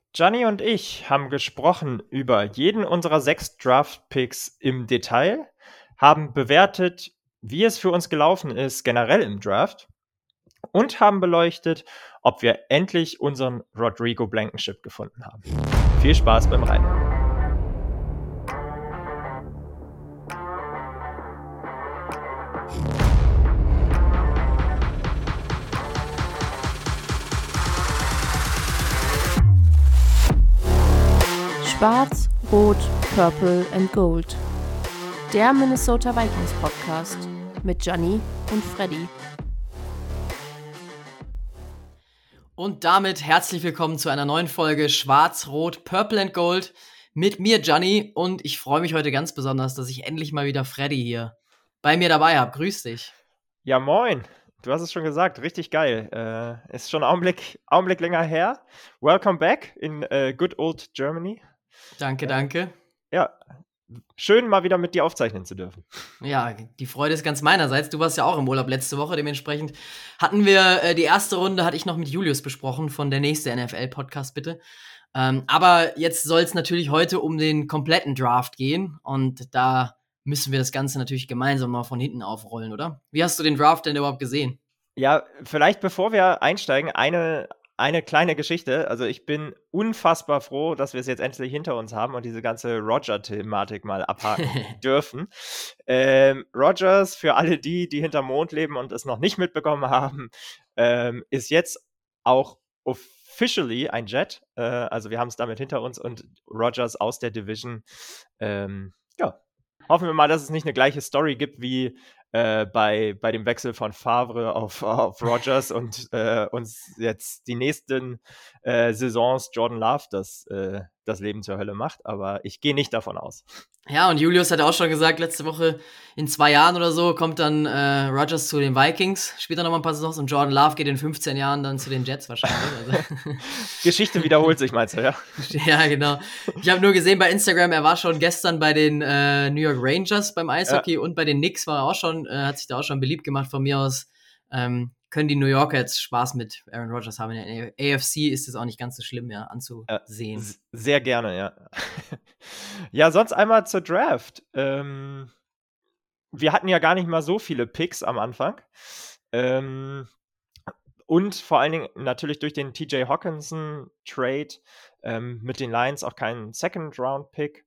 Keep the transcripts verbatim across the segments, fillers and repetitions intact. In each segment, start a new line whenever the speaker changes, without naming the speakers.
Gianni und ich haben gesprochen über jeden unserer sechs Draft-Picks im Detail, haben bewertet, wie es für uns gelaufen ist, generell im Draft, und haben beleuchtet, ob wir endlich unseren Rodrigo Blankenship gefunden haben. Viel Spaß beim Reiten.
Schwarz, Rot, Purple and Gold. Der Minnesota Vikings Podcast mit Gianni und Freddy.
Und damit herzlich willkommen zu einer neuen Folge Schwarz, Rot, Purple and Gold mit mir, Gianni. Und ich freue mich heute ganz besonders, dass ich endlich mal wieder Freddy hier bei mir dabei habe. Grüß dich.
Ja, moin. Du hast es schon gesagt, richtig geil. Äh, ist schon ein Augenblick, Augenblick länger her. Welcome back in uh, good old Germany.
Danke, danke.
Ja, schön mal wieder mit dir aufzeichnen zu dürfen.
Ja, die Freude ist ganz meinerseits. Du warst ja auch im Urlaub letzte Woche, dementsprechend hatten wir äh, die erste Runde, hatte ich noch mit Julius besprochen von der nächste N F L-Podcast, bitte. Ähm, aber jetzt soll es natürlich heute um den kompletten Draft gehen und da müssen wir das Ganze natürlich gemeinsam mal von hinten aufrollen, oder? Wie hast du den Draft denn überhaupt gesehen?
Ja, vielleicht bevor wir einsteigen, eine Eine kleine Geschichte. Also ich bin unfassbar froh, dass wir es jetzt endlich hinter uns haben und diese ganze Roger-Thematik mal abhaken dürfen. Ähm, Rogers, für alle die, die hinterm Mond leben und es noch nicht mitbekommen haben, ähm, ist jetzt auch officially ein Jet. Äh, also wir haben es damit hinter uns und Rogers aus der Division. Ähm, ja, hoffen wir mal, dass es nicht eine gleiche Story gibt wie Äh, bei, bei dem Wechsel von Favre auf, auf Rodgers und äh, uns jetzt die nächsten äh, Saisons Jordan Love das, äh, das Leben zur Hölle macht, aber ich gehe nicht davon aus.
Ja, und Julius hat auch schon gesagt, letzte Woche, in zwei Jahren oder so kommt dann äh, Rodgers zu den Vikings, spielt dann noch mal ein paar Saisons und Jordan Love geht in fünfzehn Jahren dann zu den Jets wahrscheinlich. Also.
Geschichte wiederholt sich, meinst du, ja?
Ja, genau. Ich habe nur gesehen bei Instagram, er war schon gestern bei den äh, New York Rangers beim Eishockey ja. Und bei den Knicks war er auch schon, äh, hat sich da auch schon beliebt gemacht von mir aus. Ähm, können die New Yorker jetzt Spaß mit Aaron Rodgers haben. In der A F C ist es auch nicht ganz so schlimm mehr anzusehen.
Äh, sehr gerne, ja. Ja, sonst einmal zur Draft. Ähm, wir hatten ja gar nicht mal so viele Picks am Anfang. Ähm, und vor allen Dingen natürlich durch den T J Hockenson-Trade ähm, mit den Lions auch keinen Second-Round-Pick.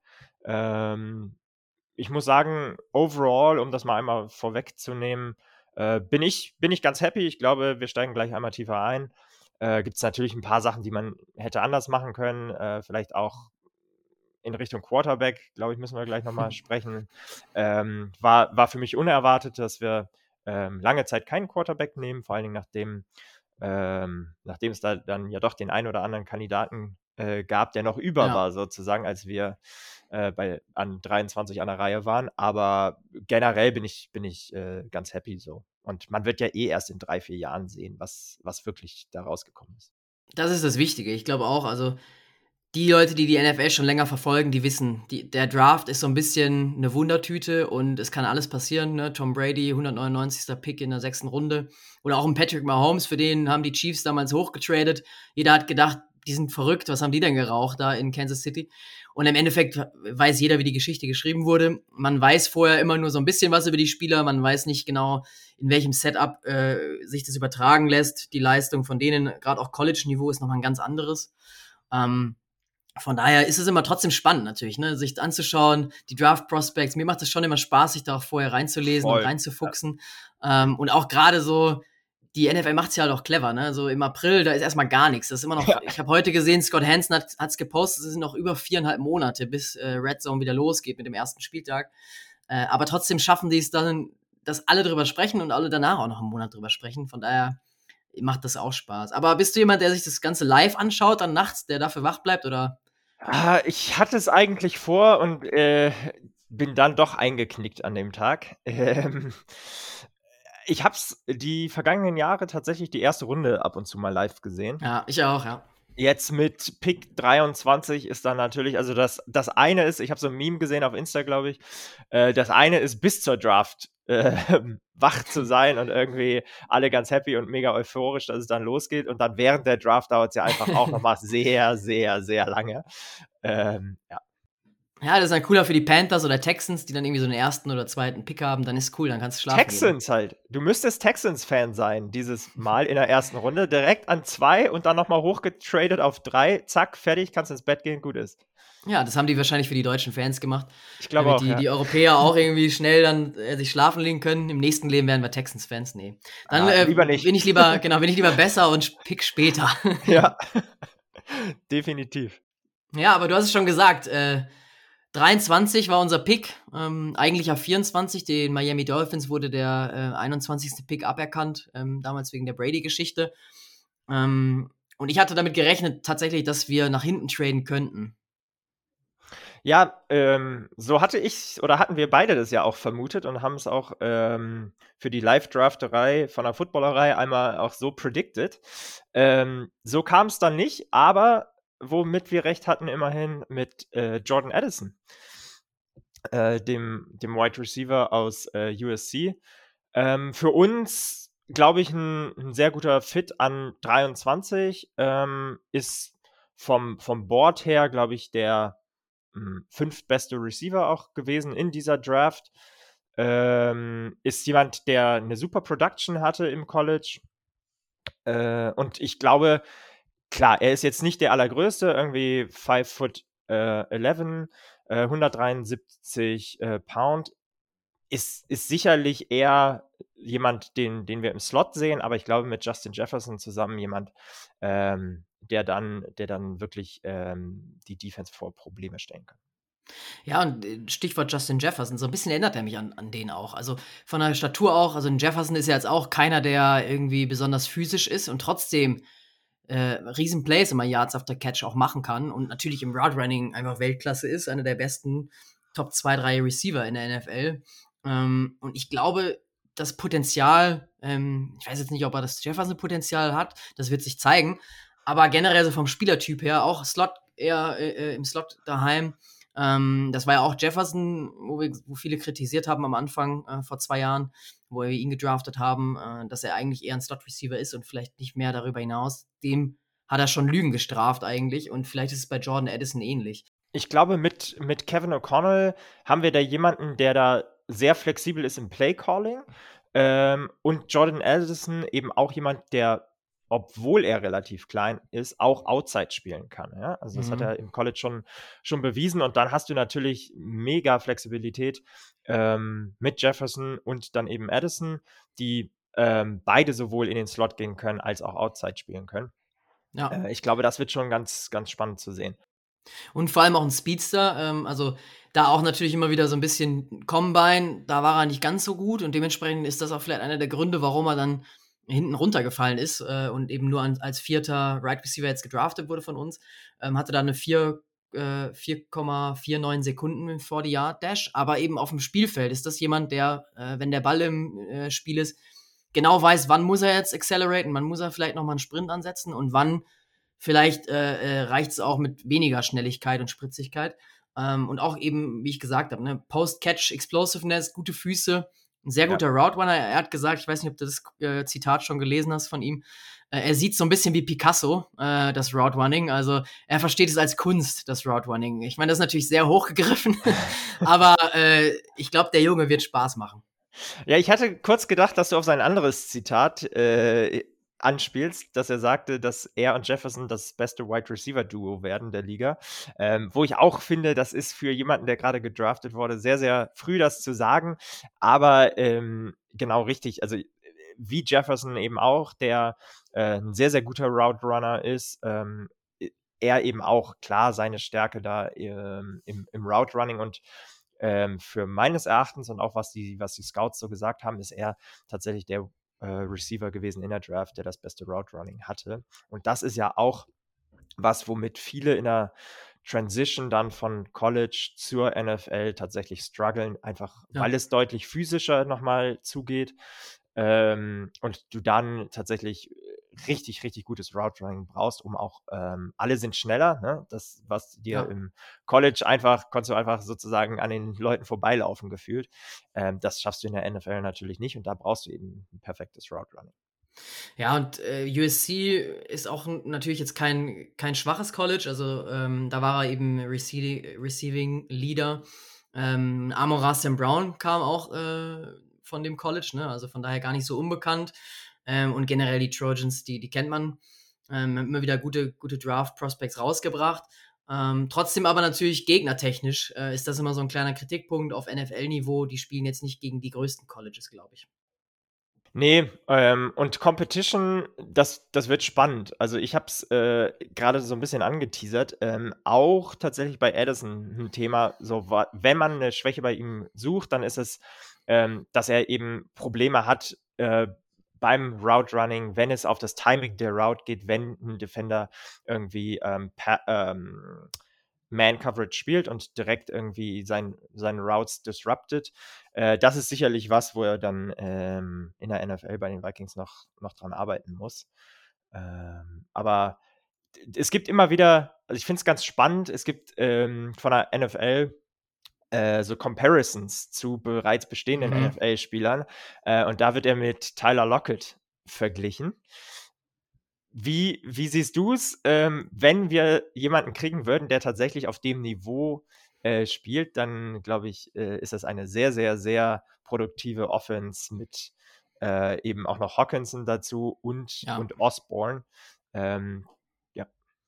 Ähm, ich muss sagen, overall, um das mal einmal vorwegzunehmen, äh, bin ich, bin ich ganz happy. Ich glaube, wir steigen gleich einmal tiefer ein. Äh, Gibt es natürlich ein paar Sachen, die man hätte anders machen können. Äh, vielleicht auch in Richtung Quarterback, glaube ich, müssen wir gleich nochmal sprechen. Ähm, war, war für mich unerwartet, dass wir ähm, lange Zeit keinen Quarterback nehmen, vor allen Dingen nachdem, ähm, nachdem es da dann ja doch den einen oder anderen Kandidaten äh, gab, der noch über ja. war, sozusagen, als wir äh, bei, an dreiundzwanzig an der Reihe waren. Aber generell bin ich, bin ich äh, ganz happy so. Und man wird ja eh erst in drei, vier Jahren sehen, was, was wirklich da rausgekommen ist.
Das ist das Wichtige. Ich glaube auch, also die Leute, die die N F L schon länger verfolgen, die wissen, die, der Draft ist so ein bisschen eine Wundertüte und es kann alles passieren. Ne? Tom Brady, hundertneunundneunzigster Pick in der sechsten Runde. Oder auch ein Patrick Mahomes, für den haben die Chiefs damals hochgetradet. Jeder hat gedacht, die sind verrückt, was haben die denn geraucht da in Kansas City? Und im Endeffekt weiß jeder, wie die Geschichte geschrieben wurde. Man weiß vorher immer nur so ein bisschen was über die Spieler. Man weiß nicht genau, in welchem Setup äh, sich das übertragen lässt. Die Leistung von denen, gerade auch College-Niveau, ist nochmal ein ganz anderes. Ähm, Von daher ist es immer trotzdem spannend natürlich, ne, sich anzuschauen, die Draft-Prospects. Mir macht es schon immer Spaß, sich da auch vorher reinzulesen Voll. und reinzufuchsen. Ja. Ähm, und auch gerade so, die N F L macht es ja halt auch clever, ne? So im April, da ist erstmal gar nichts. Das ist immer noch, ja. Ich habe heute gesehen, Scott Hansen hat es gepostet, es sind noch über viereinhalb Monate, bis äh, Red Zone wieder losgeht mit dem ersten Spieltag. Äh, aber trotzdem schaffen die es dann, dass alle drüber sprechen und alle danach auch noch einen Monat drüber sprechen. Von daher macht das auch Spaß. Aber bist du jemand, der sich das Ganze live anschaut, dann nachts, der dafür wach bleibt, oder?
Ah, ich hatte es eigentlich vor und äh, bin dann doch eingeknickt an dem Tag. Ähm, ich habe es die vergangenen Jahre tatsächlich die erste Runde ab und zu mal live gesehen.
Ja, ich auch, ja.
Jetzt mit Pick dreiundzwanzig ist dann natürlich, also das, das eine ist, ich habe so ein Meme gesehen auf Insta, glaube ich, äh, das eine ist bis zur Draft äh, wach zu sein und irgendwie alle ganz happy und mega euphorisch, dass es dann losgeht. Und dann während der Draft dauert es ja einfach auch nochmal sehr, sehr, sehr lange. Ähm, ja.
Ja, das ist dann cooler für die Panthers oder Texans, die dann irgendwie so einen ersten oder zweiten Pick haben. Dann ist cool, dann kannst du schlafen
Texans gehen. Halt. Du müsstest Texans-Fan sein, dieses Mal in der ersten Runde. Direkt an zwei und dann nochmal hochgetradet auf drei. Zack, fertig, kannst ins Bett gehen, gut ist.
Ja, das haben die wahrscheinlich für die deutschen Fans gemacht.
Ich glaube
damit
auch,
die,
ja.
die Europäer auch irgendwie schnell dann äh, sich schlafen legen können. Im nächsten Leben werden wir Texans-Fans. Nee. Dann
Ah,
äh,
lieber nicht.
bin ich lieber, genau, bin ich lieber besser und pick später.
Ja, definitiv.
Ja, aber du hast es schon gesagt, äh, dreiundzwanzig war unser Pick, ähm, eigentlich auf vierundzwanzig, den Miami Dolphins wurde der äh, einundzwanzigste Pick aberkannt, ähm, damals wegen der Brady-Geschichte. Ähm, und ich hatte damit gerechnet, tatsächlich, dass wir nach hinten traden könnten.
Ja, ähm, so hatte ich oder hatten wir beide das ja auch vermutet und haben es auch ähm, für die Live-Drafterei von der Footballerei einmal auch so predicted. Ähm, so kam es dann nicht, aber womit wir recht hatten, immerhin mit äh, Jordan Addison, äh, dem, dem Wide Receiver aus äh, U S C. Ähm, für uns, glaube ich, ein, ein sehr guter Fit an dreiundzwanzig. Ähm, ist vom, vom Board her, glaube ich, der mh, fünftbeste Receiver auch gewesen in dieser Draft. Ähm, ist jemand, der eine super Production hatte im College. Äh, und ich glaube, klar, er ist jetzt nicht der allergrößte, irgendwie five foot eleven, äh, hundertdreiundsiebzig äh, Pound. Ist, ist sicherlich eher jemand, den, den wir im Slot sehen, aber ich glaube mit Justin Jefferson zusammen jemand, ähm, der dann, der dann wirklich ähm, die Defense vor Probleme stellen kann.
Ja, und äh, Stichwort Justin Jefferson, so ein bisschen erinnert er mich an, an den auch. Also von der Statur auch, also ein Jefferson ist ja jetzt auch keiner, der irgendwie besonders physisch ist und trotzdem äh, riesen Plays immer Yards after Catch auch machen kann und natürlich im Route Running einfach Weltklasse ist, einer der besten Top zwei, drei Receiver in der N F L. Ähm, und ich glaube, das Potenzial, ähm, ich weiß jetzt nicht, ob er das Jefferson-Potenzial hat, das wird sich zeigen, aber generell so vom Spielertyp her, auch Slot, eher äh, im Slot daheim. Ähm, das war ja auch Jefferson, wo, wir, wo viele kritisiert haben am Anfang äh, vor zwei Jahren, wo wir ihn gedraftet haben, äh, dass er eigentlich eher ein Slot-Receiver ist und vielleicht nicht mehr darüber hinaus. Dem hat er schon Lügen gestraft eigentlich und vielleicht ist es bei Jordan Addison ähnlich.
Ich glaube, mit, mit Kevin O'Connell haben wir da jemanden, der da sehr flexibel ist im Play-Calling. Ähm, und Jordan Addison eben auch jemand, der, obwohl er relativ klein ist, auch Outside spielen kann. Ja? Also das mhm. hat er im College schon, schon bewiesen. Und dann hast du natürlich mega Flexibilität ähm, mit Jefferson und dann eben Addison, die ähm, beide sowohl in den Slot gehen können, als auch Outside spielen können. Ja. Äh, ich glaube, das wird schon ganz, ganz spannend zu sehen.
Und vor allem auch ein Speedster, ähm, also da auch natürlich immer wieder so ein bisschen Combine, da war er nicht ganz so gut und dementsprechend ist das auch vielleicht einer der Gründe, warum er dann hinten runtergefallen ist äh, und eben nur an, als vierter Right Receiver jetzt gedraftet wurde von uns, ähm, hatte da eine vier Komma neunundvierzig Sekunden vor die Yard Dash, aber eben auf dem Spielfeld ist das jemand, der, äh, wenn der Ball im äh, Spiel ist, genau weiß, wann muss er jetzt acceleraten, wann muss er vielleicht nochmal einen Sprint ansetzen und wann vielleicht äh, äh, reicht es auch mit weniger Schnelligkeit und Spritzigkeit. Ähm, und auch eben, wie ich gesagt habe, ne, Post-Catch, Explosiveness, gute Füße, ein sehr guter ja. Route Runner. Er hat gesagt, ich weiß nicht, ob du das äh, Zitat schon gelesen hast von ihm, äh, er sieht so ein bisschen wie Picasso, äh, das Route Running. Also er versteht es als Kunst, das Route Running. Ich meine, das ist natürlich sehr hochgegriffen, aber äh, ich glaube, der Junge wird Spaß machen.
Ja, ich hatte kurz gedacht, dass du auf sein anderes Zitat äh, anspielst, dass er sagte, dass er und Jefferson das beste Wide Receiver Duo werden der Liga, ähm, wo ich auch finde, das ist für jemanden, der gerade gedraftet wurde, sehr, sehr früh das zu sagen, aber ähm, genau richtig, also wie Jefferson eben auch, der äh, ein sehr, sehr guter Route Runner ist, ähm, er eben auch klar seine Stärke da ähm, im, im Route Running und ähm, für meines Erachtens und auch was die, was die Scouts so gesagt haben, ist er tatsächlich der Uh, Receiver gewesen in der Draft, der das beste Route Running hatte. Und das ist ja auch was, womit viele in der Transition dann von College zur N F L tatsächlich strugglen, einfach ja. weil es deutlich physischer nochmal zugeht ähm, und du dann tatsächlich richtig, richtig gutes Route Running brauchst, um auch, ähm, alle sind schneller, ne? Das, was dir
Ja.
im College einfach, konntest du einfach sozusagen an den Leuten vorbeilaufen gefühlt. Ähm, das schaffst du in der N F L natürlich nicht und da brauchst du eben ein perfektes Route Running.
Ja, und äh, U S C ist auch n- natürlich jetzt kein, kein schwaches College. Also ähm, da war er eben Receiving, Receiving Leader. Ähm, Amon-Ra Saint Brown kam auch äh, von dem College, ne? Also von daher gar nicht so unbekannt. Ähm, und generell die Trojans, die, die kennt man. Ähm, haben immer wieder gute, gute Draft-Prospects rausgebracht. Ähm, trotzdem aber natürlich gegnertechnisch äh, ist das immer so ein kleiner Kritikpunkt auf N F L-Niveau. Die spielen jetzt nicht gegen die größten Colleges, glaube ich.
Nee, ähm, und Competition, das, das wird spannend. Also ich habe es äh, gerade so ein bisschen angeteasert. Ähm, auch tatsächlich bei Addison ein Thema, so wa- wenn man eine Schwäche bei ihm sucht, dann ist es, ähm, dass er eben Probleme hat äh, beim Route Running, wenn es auf das Timing der Route geht, wenn ein Defender irgendwie ähm, pa ähm, Man-Coverage spielt und direkt irgendwie sein, seine Routes disrupted. Äh, das ist sicherlich was, wo er dann ähm, in der N F L bei den Vikings noch, noch dran arbeiten muss. Ähm, aber d- es gibt immer wieder, also ich finde es ganz spannend, es gibt ähm, von der N F L äh, so Comparisons zu bereits bestehenden
Mhm.
N F L-Spielern äh, und da wird er mit Tyler Lockett verglichen. Wie, wie siehst du es, ähm, wenn wir jemanden kriegen würden, der tatsächlich auf dem Niveau äh, spielt, dann glaube ich, äh, ist das eine sehr, sehr, sehr produktive Offense mit äh, eben auch noch Hawkinson dazu und,
Ja.
und Osborne. Ähm, ja.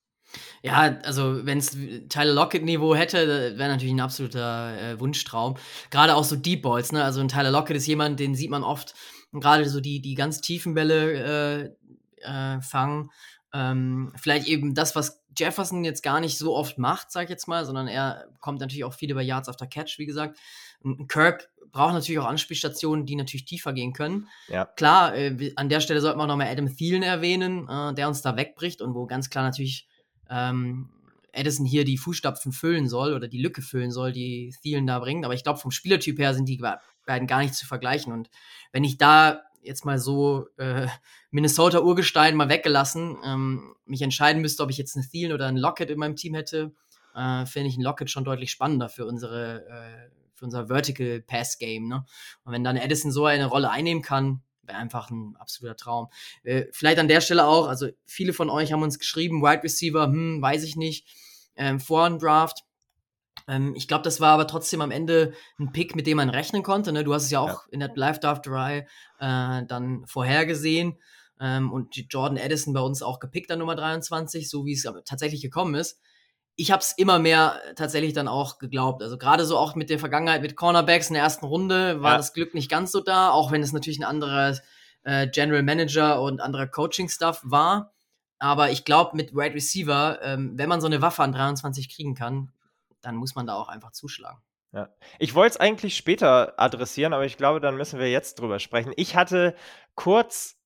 Ja, also wenn es Tyler Lockett-Niveau hätte, wäre natürlich ein absoluter äh, Wunschtraum. Gerade auch so Deep Balls, ne? Also ein Tyler Lockett ist jemand, den sieht man oft, gerade so die, die ganz tiefen Bälle äh, äh, fangen. Ähm, vielleicht eben das, was Jefferson jetzt gar nicht so oft macht, sag ich jetzt mal, sondern er kommt natürlich auch viel über Yards after Catch, wie gesagt. Und Kirk braucht natürlich auch Anspielstationen, die natürlich tiefer gehen können.
Ja.
Klar, äh, an der Stelle sollten wir auch nochmal Adam Thielen erwähnen, äh, der uns da wegbricht und wo ganz klar natürlich ähm, Addison hier die Fußstapfen füllen soll oder die Lücke füllen soll, die Thielen da bringt. Aber ich glaube, vom Spielertyp her sind die beiden gar nicht zu vergleichen. Und wenn ich da jetzt mal so äh, Minnesota Urgestein mal weggelassen, ähm, mich entscheiden müsste, ob ich jetzt einen Thielen oder einen Lockett in meinem Team hätte, äh, finde ich einen Lockett schon deutlich spannender für unsere äh, für unser Vertical Pass Game. Ne? Und wenn dann Addison so eine Rolle einnehmen kann, wäre einfach ein absoluter Traum. Äh, vielleicht an der Stelle auch, also viele von euch haben uns geschrieben, Wide Receiver, hm, weiß ich nicht, ähm, vor dem Draft. Ähm, ich glaube, das war aber trotzdem am Ende ein Pick, mit dem man rechnen konnte. Ne? Du hast es ja auch
Ja.
in der Live-Draft-Reihe äh, dann vorhergesehen. Ähm, und Jordan Addison bei uns auch gepickt an Nummer dreiundzwanzig, so wie es tatsächlich gekommen ist. Ich habe es immer mehr tatsächlich dann auch geglaubt. Also gerade so auch mit der Vergangenheit mit Cornerbacks in der ersten Runde war
Ja.
das Glück nicht ganz so da, auch wenn es natürlich ein anderer äh, General Manager und anderer Coaching-Stuff war. Aber ich glaube, mit Wide Receiver, ähm, wenn man so eine Waffe an dreiundzwanzig kriegen kann, dann muss man da auch einfach zuschlagen.
Ja. Ich wollte es eigentlich später adressieren, aber ich glaube, dann müssen wir jetzt drüber sprechen. Ich hatte kurz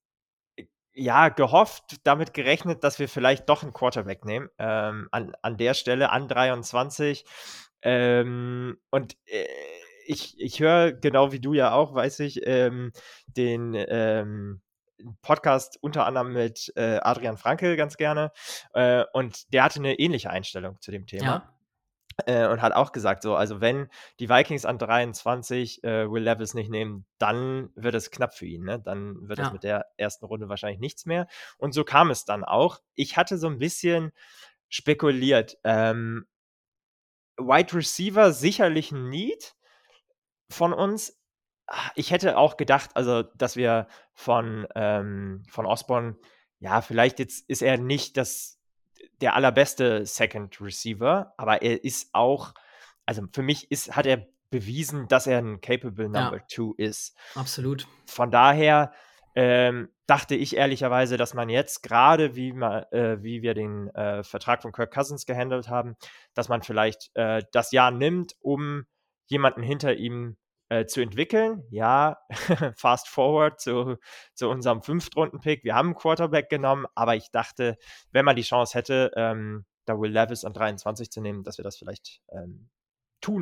ja, gehofft, damit gerechnet, dass wir vielleicht doch einen Quarterback nehmen, ähm, an an der Stelle an dreiundzwanzig. Ähm, und, äh, ich ich höre genau wie du ja auch, weiß ich, ähm, den, ähm, Podcast unter anderem mit, äh, Adrian Franke ganz gerne, äh, und der hatte eine ähnliche Einstellung zu dem Thema.
Ja,
Äh, und hat auch gesagt, so, also wenn die Vikings an dreiundzwanzig äh, Will Levis nicht nehmen, dann wird es knapp für ihn. Ne? Dann wird das mit
ja,
der ersten Runde wahrscheinlich nichts mehr. Und so kam es dann auch. Ich hatte so ein bisschen spekuliert. Ähm, Wide Receiver sicherlich ein Need von uns. Ah, Ich hätte auch gedacht, also, dass wir von, ähm, von Osborne, ja, vielleicht jetzt ist er nicht das, der allerbeste Second Receiver, aber er ist auch, also für mich ist, hat er bewiesen, dass er ein capable Number
ja,
Two ist.
absolut.
Von daher ähm, dachte ich ehrlicherweise, dass man jetzt gerade, wie, ma- äh, wie wir den äh, Vertrag von Kirk Cousins gehandelt haben, dass man vielleicht äh, das Jahr nimmt, um jemanden hinter ihm äh, zu entwickeln. Ja, fast forward zu, zu unserem Fünftrunden-Pick. Wir haben einen Quarterback genommen, aber ich dachte, wenn man die Chance hätte, ähm, da Will Levis an dreiundzwanzig zu nehmen, dass wir das vielleicht ähm, tun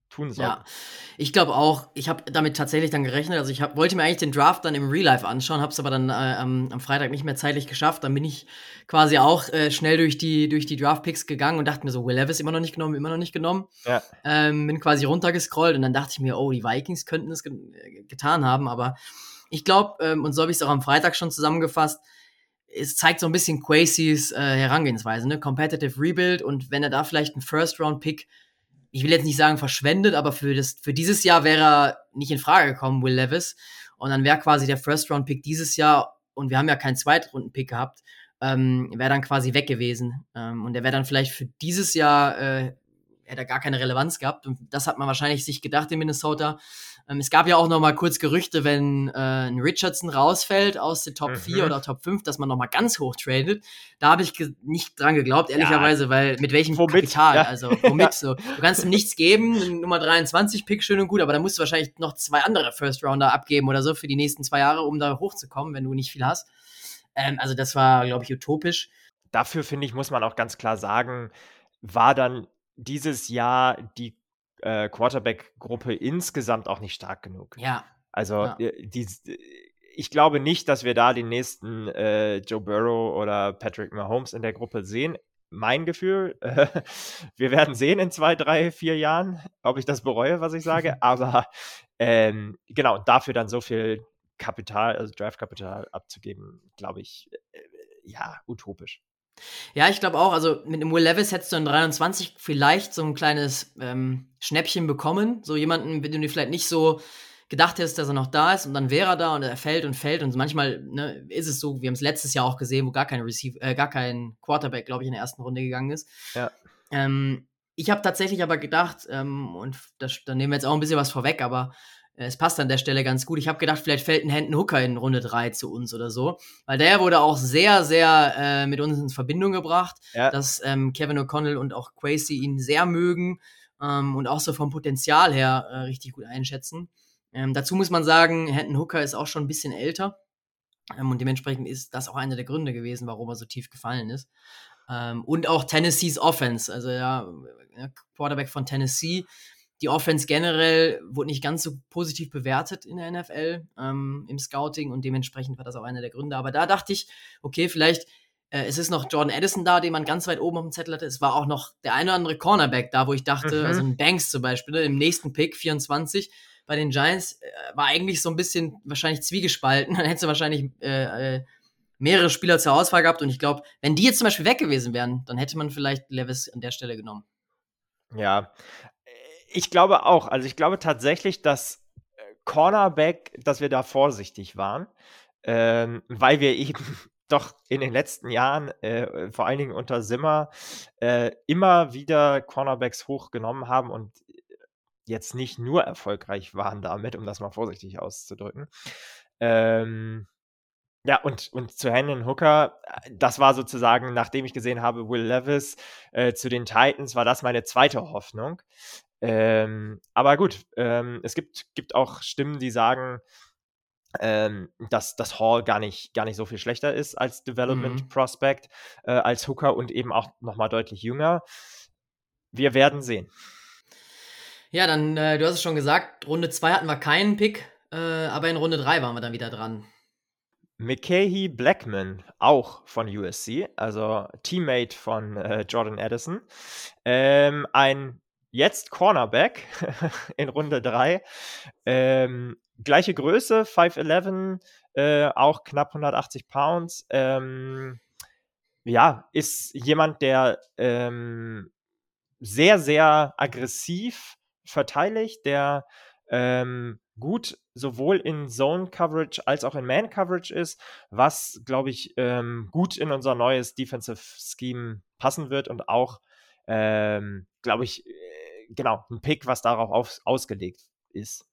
tun sollten.
Ja, ich glaube auch, ich habe damit tatsächlich dann gerechnet, also ich hab, wollte mir eigentlich den Draft dann im Real Life anschauen, habe es aber dann äh, am, am Freitag nicht mehr zeitlich geschafft, dann bin ich quasi auch äh, schnell durch die, durch die Draft-Picks gegangen und dachte mir so, Will Levis immer noch nicht genommen, immer noch nicht genommen,
Ja.
ähm, bin quasi runtergescrollt und dann dachte ich mir, oh, die Vikings könnten es ge getan haben, aber ich glaube, ähm, und so habe ich es auch am Freitag schon zusammengefasst, es zeigt so ein bisschen Quaseys äh, Herangehensweise, ne, Competitive Rebuild, und wenn er da vielleicht einen First-Round-Pick, ich will jetzt nicht sagen verschwendet, aber für, das, für dieses Jahr wäre er nicht in Frage gekommen, Will Levis. Und dann wäre quasi der First-Round-Pick dieses Jahr, und wir haben ja keinen Zweitrunden-Pick gehabt, ähm, wäre dann quasi weg gewesen. Ähm, und der wäre dann vielleicht für dieses Jahr, äh, hätte er gar keine Relevanz gehabt. Und das hat man wahrscheinlich sich gedacht in Minnesota. Ähm, es gab ja auch noch mal kurz Gerüchte, wenn äh, ein Richardson rausfällt aus der Top vier
Mhm.
oder Top fünf, dass man noch mal ganz hoch tradet. Da habe ich ge- nicht dran geglaubt, ehrlicherweise,
Ja,
weil mit welchem
womit?
Kapital,
Ja.
also womit so. Du kannst ihm nichts geben, einen Nummer dreiundzwanzig-Pick, schön und gut, aber dann musst du wahrscheinlich noch zwei andere First-Rounder abgeben oder so für die nächsten zwei Jahre, um da hochzukommen, wenn du nicht viel hast. Ähm, also das war, glaube ich, utopisch.
Dafür, finde ich, muss man auch ganz klar sagen, war dann dieses Jahr die äh, Quarterback-Gruppe insgesamt auch nicht stark genug.
Ja.
Also
Ja.
äh, die, ich glaube nicht, dass wir da den nächsten äh, Joe Burrow oder Patrick Mahomes in der Gruppe sehen. Mein Gefühl, äh, wir werden sehen in zwei, drei, vier Jahren, ob ich das bereue, was ich sage. Aber ähm, genau, dafür dann so viel Kapital, also Draft-Kapital abzugeben, glaube ich, äh, ja, utopisch.
Ja, ich glaube auch, also mit dem Will Levis hättest du in dreiundzwanzig vielleicht so ein kleines ähm, Schnäppchen bekommen. So jemanden, mit dem du vielleicht nicht so gedacht hättest, dass er noch da ist, und dann wäre er da und er fällt und fällt. Und manchmal, ne, ist es so, wir haben es letztes Jahr auch gesehen, wo gar kein Receiver, äh, gar kein Quarterback, glaube ich, in der ersten Runde gegangen ist.
Ja.
Ähm, ich habe tatsächlich aber gedacht, ähm, und das, da nehmen wir jetzt auch ein bisschen was vorweg, aber äh, es passt an der Stelle ganz gut. Ich habe gedacht, vielleicht fällt ein Hendon Hooker in Runde drei zu uns oder so, weil der wurde auch sehr, sehr äh, mit uns in Verbindung gebracht,
Ja.
dass ähm, Kevin O'Connell und auch Kwesi ihn sehr mögen ähm, und auch so vom Potenzial her äh, richtig gut einschätzen. Ähm, dazu muss man sagen, Hendon Hooker ist auch schon ein bisschen älter ähm, und dementsprechend ist das auch einer der Gründe gewesen, warum er so tief gefallen ist. Ähm, und auch Tennessees Offense, also ja, Quarterback von Tennessee. Die Offense generell wurde nicht ganz so positiv bewertet in der N F L ähm, im Scouting, und dementsprechend war das auch einer der Gründe. Aber da dachte ich, okay, vielleicht äh, es ist noch Jordan Addison da, den man ganz weit oben auf dem Zettel hatte. Es war auch noch der eine oder andere Cornerback da, wo ich dachte,
Mhm.
also ein Banks zum Beispiel, ne, im nächsten Pick, vierundzwanzig, bei den Giants, äh, war eigentlich so ein bisschen wahrscheinlich zwiegespalten. Dann hättest du wahrscheinlich äh, äh, mehrere Spieler zur Auswahl gehabt, und ich glaube, wenn die jetzt zum Beispiel weg gewesen wären, dann hätte man vielleicht Levis an der Stelle genommen.
Ja, ich glaube auch. Also ich glaube tatsächlich, dass äh, Cornerback, dass wir da vorsichtig waren, ähm, weil wir eben doch in den letzten Jahren, äh, vor allen Dingen unter Zimmer, äh, immer wieder Cornerbacks hochgenommen haben und jetzt nicht nur erfolgreich waren damit, um das mal vorsichtig auszudrücken. Ähm, ja, und, und zu Hendon Hooker, das war sozusagen, nachdem ich gesehen habe, Will Levis äh, zu den Titans, war das meine zweite Hoffnung. Ähm, aber gut, ähm, es gibt, gibt auch Stimmen, die sagen, ähm, dass das Hall gar nicht, gar nicht so viel schlechter ist als Development
Mhm.
Prospect, äh, als Hooker und eben auch nochmal deutlich jünger. Wir werden sehen.
Ja, dann, äh, du hast es schon gesagt, Runde zwei hatten wir keinen Pick, äh, aber in Runde drei waren wir dann wieder dran.
Mikahi Blackman, auch von U S C, also Teammate von äh, Jordan Addison. Ähm, ein jetzt Cornerback in Runde drei. Ähm, gleiche Größe, fünf elf, äh, auch knapp hundertachtzig Pounds. Ähm, ja, ist jemand, der ähm, sehr, sehr aggressiv verteidigt, der ähm, gut sowohl in Zone-Coverage als auch in Man-Coverage ist, was, glaube ich, ähm, gut in unser neues Defensive-Scheme passen wird und auch, ähm, glaube ich, äh, genau, ein Pick, was darauf auf, ausgelegt ist.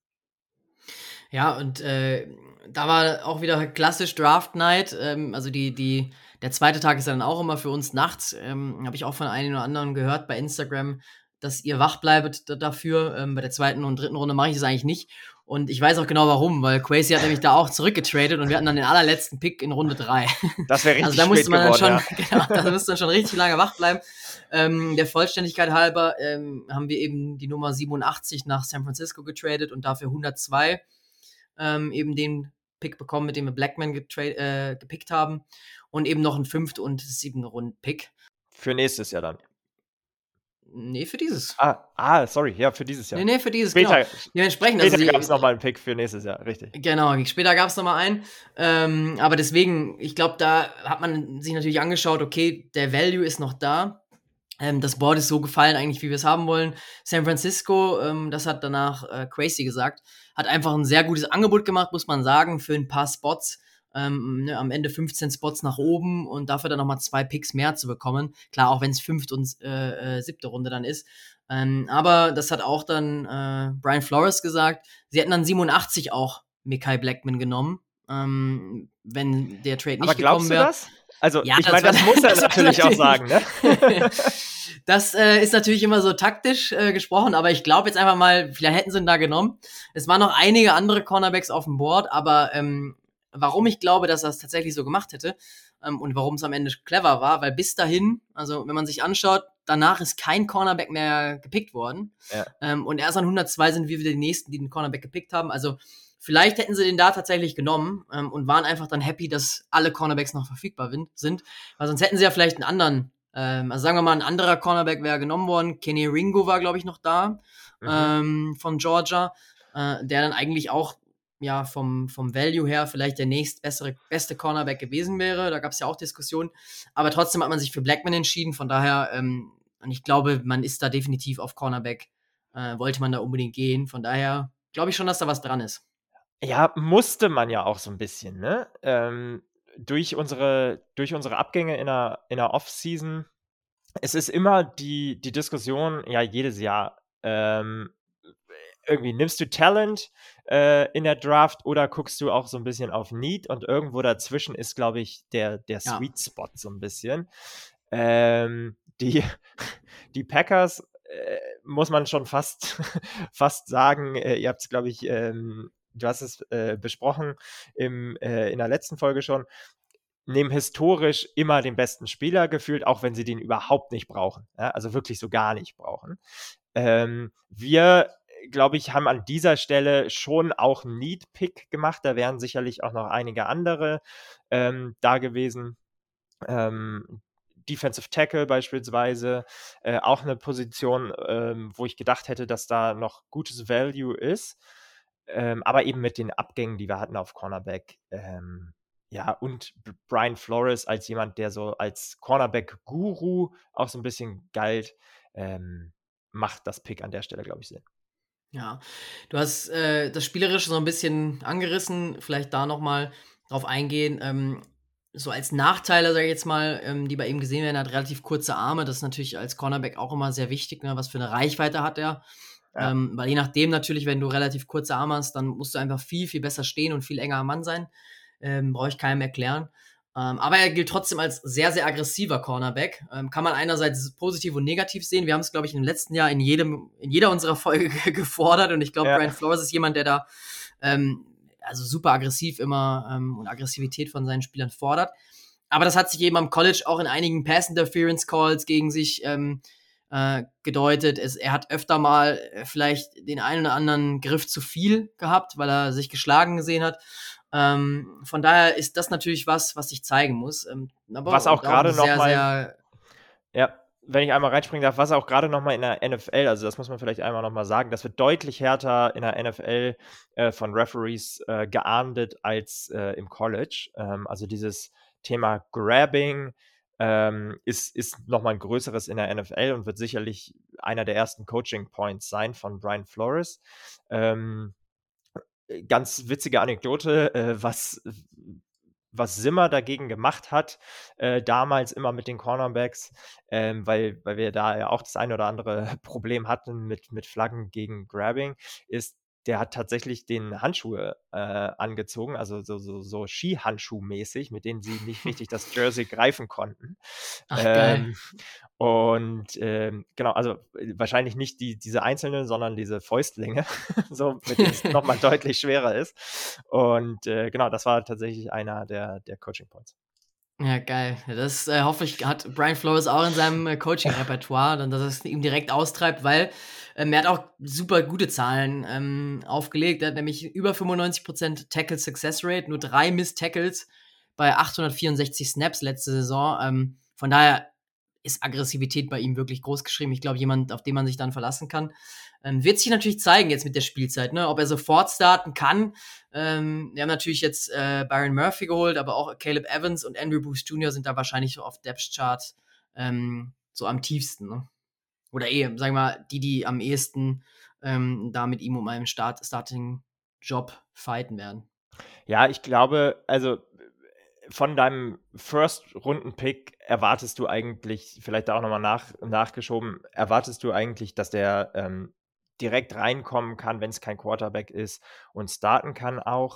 Ja, und äh, da war auch wieder klassisch Draft Night. Ähm, also die, die, der zweite Tag ist dann auch immer für uns nachts. Ähm, Habe ich auch von einigen oder anderen gehört bei Instagram, dass ihr wach bleibt dafür. Ähm, bei der zweiten und dritten Runde mache ich das eigentlich nicht. Und ich weiß auch genau warum, weil Kwesi hat nämlich da auch zurückgetradet und wir hatten dann den allerletzten Pick in Runde drei.
Das wäre richtig
also da musste man
geworden,
dann schon, ja. genau, da musste man schon richtig lange wach bleiben. Ähm, der Vollständigkeit halber ähm, haben wir eben die Nummer siebenundachtzig nach San Francisco getradet und dafür hundertzwei ähm, eben den Pick bekommen, mit dem wir Blackman getra- äh, gepickt haben. Und eben noch einen fünft- und siebten Runden-Pick.
Für nächstes Jahr dann.
Nee, für dieses.
Ah, ah, sorry, ja, für dieses Jahr.
Nee, nee, für dieses,
später,
genau. Dementsprechend,
später
also
gab es nochmal einen Pick für nächstes Jahr, richtig.
Genau, später gab es nochmal einen. Ähm, aber deswegen, ich glaube, da hat man sich natürlich angeschaut, okay, der Value ist noch da. Ähm, das Board ist so gefallen eigentlich, wie wir es haben wollen. San Francisco, ähm, das hat danach äh, Crazy gesagt, hat einfach ein sehr gutes Angebot gemacht, muss man sagen, für ein paar Spots. Ähm, ne, am Ende fünfzehn Spots nach oben und dafür dann nochmal zwei Picks mehr zu bekommen. Klar, auch wenn es fünfte und äh, äh, siebte Runde dann ist. Ähm, aber das hat auch dann äh, Brian Flores gesagt. Sie hätten dann siebenundachtzig auch Mekhi Blackman genommen, ähm, wenn der Trade nicht
aber
gekommen wäre.
Das? Also,
ja,
ich meine, das, das muss er das natürlich, natürlich auch sagen, ne?
Das äh, ist natürlich immer so taktisch äh, gesprochen, aber ich glaube jetzt einfach mal, vielleicht hätten sie ihn da genommen. Es waren noch einige andere Cornerbacks auf dem Board, aber ähm, warum ich glaube, dass er es tatsächlich so gemacht hätte ähm, und warum es am Ende clever war, weil bis dahin, also wenn man sich anschaut, danach ist kein Cornerback mehr gepickt worden.
Ja.
Ähm, und erst an hundertzwei sind wir wieder die Nächsten, die den Cornerback gepickt haben. Also vielleicht hätten sie den da tatsächlich genommen ähm, und waren einfach dann happy, dass alle Cornerbacks noch verfügbar sind. Weil sonst hätten sie ja vielleicht einen anderen, ähm, also sagen wir mal, ein anderer Cornerback wäre genommen worden. Kenny Ringo war, glaube ich, noch da mhm. ähm, von Georgia, äh, der dann eigentlich auch ja vom, vom Value her vielleicht der nächstbessere, beste Cornerback gewesen wäre. Da gab es ja auch Diskussionen. Aber trotzdem hat man sich für Blackman entschieden. Von daher, ähm, und ich glaube, man ist da definitiv auf Cornerback, äh, wollte man da unbedingt gehen. Von daher glaube ich schon, dass da was dran ist.
Ja, musste man ja auch so ein bisschen, ne? Ähm, durch unsere, durch unsere Abgänge in der, in der Off-Season, es ist immer die, die Diskussion, ja, jedes Jahr, ähm, irgendwie nimmst du Talent äh, in der Draft oder guckst du auch so ein bisschen auf Need und irgendwo dazwischen ist, glaube ich, der, der
Ja.
Sweet Spot so ein bisschen. Ähm, die, die Packers, äh, muss man schon fast, fast sagen, äh, ihr habt es, glaube ich, ähm, du hast es äh, besprochen im, äh, in der letzten Folge schon, nehmen historisch immer den besten Spieler gefühlt, auch wenn sie den überhaupt nicht brauchen. Ja? Also wirklich so gar nicht brauchen. Ähm, wir, glaube ich, haben an dieser Stelle schon auch einen Need-Pick gemacht. Da wären sicherlich auch noch einige andere ähm, da gewesen. Ähm, Defensive Tackle beispielsweise, äh, auch eine Position, ähm, wo ich gedacht hätte, dass da noch gutes Value ist. Ähm, aber eben mit den Abgängen, die wir hatten auf Cornerback, ähm, ja, und Brian Flores als jemand, der so als Cornerback-Guru auch so ein bisschen galt, ähm, macht das Pick an der Stelle, glaube ich, Sinn.
Ja, du hast äh, das Spielerische so ein bisschen angerissen, vielleicht da nochmal drauf eingehen. Ähm, so als Nachteile, sage ich jetzt mal, ähm, die bei ihm gesehen werden, er hat relativ kurze Arme. Das ist natürlich als Cornerback auch immer sehr wichtig, ne? Was für eine Reichweite hat er. Ja. Ähm, weil je nachdem natürlich, wenn du relativ kurze Arme hast, dann musst du einfach viel, viel besser stehen und viel enger am Mann sein. Ähm, brauche ich keinem erklären. Ähm, aber er gilt trotzdem als sehr, sehr aggressiver Cornerback. Ähm, kann man einerseits positiv und negativ sehen. Wir haben es, glaube ich, im letzten Jahr in jedem, in jeder unserer Folge gefordert. Und ich glaube, ja. Brian Flores ist jemand, der da ähm, also super aggressiv immer ähm, und Aggressivität von seinen Spielern fordert. Aber das hat sich eben am College auch in einigen Pass-Interference-Calls gegen sich ähm, äh, gedeutet. Es, er hat öfter mal äh, vielleicht den einen oder anderen Griff zu viel gehabt, weil er sich geschlagen gesehen hat. Ähm, von daher ist das natürlich was, was sich zeigen muss. Ähm, aber
was auch gerade noch mal,
sehr,
ja, wenn ich einmal reinspringen darf, was auch gerade noch mal in der N F L, also das muss man vielleicht einmal noch mal sagen, das wird deutlich härter in der N F L äh, von Referees äh, geahndet als äh, im College. Ähm, also dieses Thema Grabbing ähm, ist, ist noch mal ein größeres in der N F L und wird sicherlich einer der ersten Coaching Points sein von Brian Flores. Ähm, Ganz witzige Anekdote, äh, was, was Zimmer dagegen gemacht hat, äh, damals immer mit den Cornerbacks, ähm, weil, weil wir da ja auch das ein oder andere Problem hatten mit, mit Flaggen gegen Grabbing, ist, der hat tatsächlich den Handschuhe äh, angezogen, also so, so, so Skihandschuh-mäßig, mit denen sie nicht richtig das Jersey greifen konnten.
Ach, geil.
Ähm, und ähm, genau, also äh, wahrscheinlich nicht die, diese einzelne, sondern diese Fäustlinge, so mit denen es nochmal deutlich schwerer ist. Und äh, genau, das war tatsächlich einer der, der Coaching Points.
Ja, geil. Ja, das äh, hoffe ich, hat Brian Flores auch in seinem äh, Coaching-Repertoire, dann, dass er es ihm direkt austreibt, weil ähm, er hat auch super gute Zahlen ähm, aufgelegt. Er hat nämlich über fünfundneunzig Prozent Tackle Success Rate, nur drei Missed Tackles bei achthundertvierundsechzig Snaps letzte Saison. Ähm, von daher ist Aggressivität bei ihm wirklich groß geschrieben. Ich glaube, jemand, auf den man sich dann verlassen kann. Ähm, wird sich natürlich zeigen jetzt mit der Spielzeit, ne? Ob er sofort starten kann. Ähm, wir haben natürlich jetzt äh, Byron Murphy geholt, aber auch Caleb Evans und Andrew Booth Junior sind da wahrscheinlich so auf Depth Chart ähm, so am tiefsten, ne? Oder eh, sagen wir mal, die, die am ehesten ähm, da mit ihm um einen Start Starting-Job fighten werden.
Ja, ich glaube, also von deinem First-Runden-Pick erwartest du eigentlich, vielleicht auch nochmal nach, nachgeschoben, erwartest du eigentlich, dass der ähm, direkt reinkommen kann, wenn es kein Quarterback ist und starten kann auch.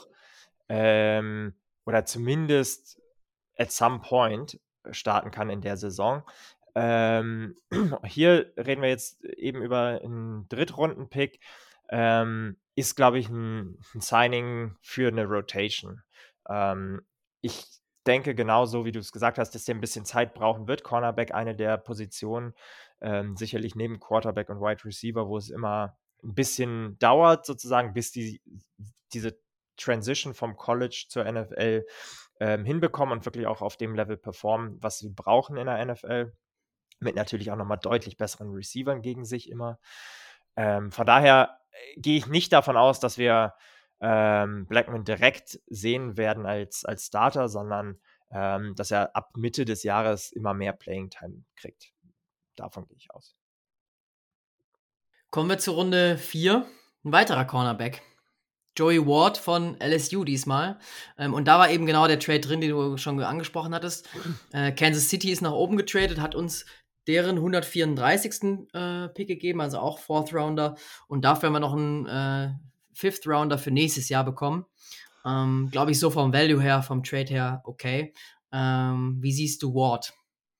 Ähm, oder zumindest at some point starten kann in der Saison. Ähm, hier reden wir jetzt eben über einen Drittrunden-Pick. Ähm, ist, glaube ich, ein, ein Signing für eine Rotation. Ähm, ich denke genauso, wie du es gesagt hast, dass der ein bisschen Zeit brauchen wird. Cornerback, eine der Positionen, ähm, sicherlich neben Quarterback und Wide Receiver, wo es immer ein bisschen dauert, sozusagen, bis die, diese Transition vom College zur N F L ähm, hinbekommen und wirklich auch auf dem Level performen, was sie brauchen in der N F L. Mit natürlich auch nochmal deutlich besseren Receivern gegen sich immer. Ähm, von daher äh, gehe ich nicht davon aus, dass wir ähm, Blackman direkt sehen werden als, als Starter, sondern ähm, dass er ab Mitte des Jahres immer mehr Playing Time kriegt. Davon gehe ich aus.
Kommen wir zur Runde vier. Ein weiterer Cornerback. Joey Ward von L S U diesmal. Ähm, und da war eben genau der Trade drin, den du schon angesprochen hattest. Äh, Kansas City ist nach oben getradet, hat uns deren hundertvierunddreißigsten Äh, Pick gegeben, also auch Fourth Rounder. Und dafür haben wir noch einen äh, Fifth Rounder für nächstes Jahr bekommen. Ähm, Glaube ich so vom Value her, vom Trade her okay. Ähm, wie siehst du Ward?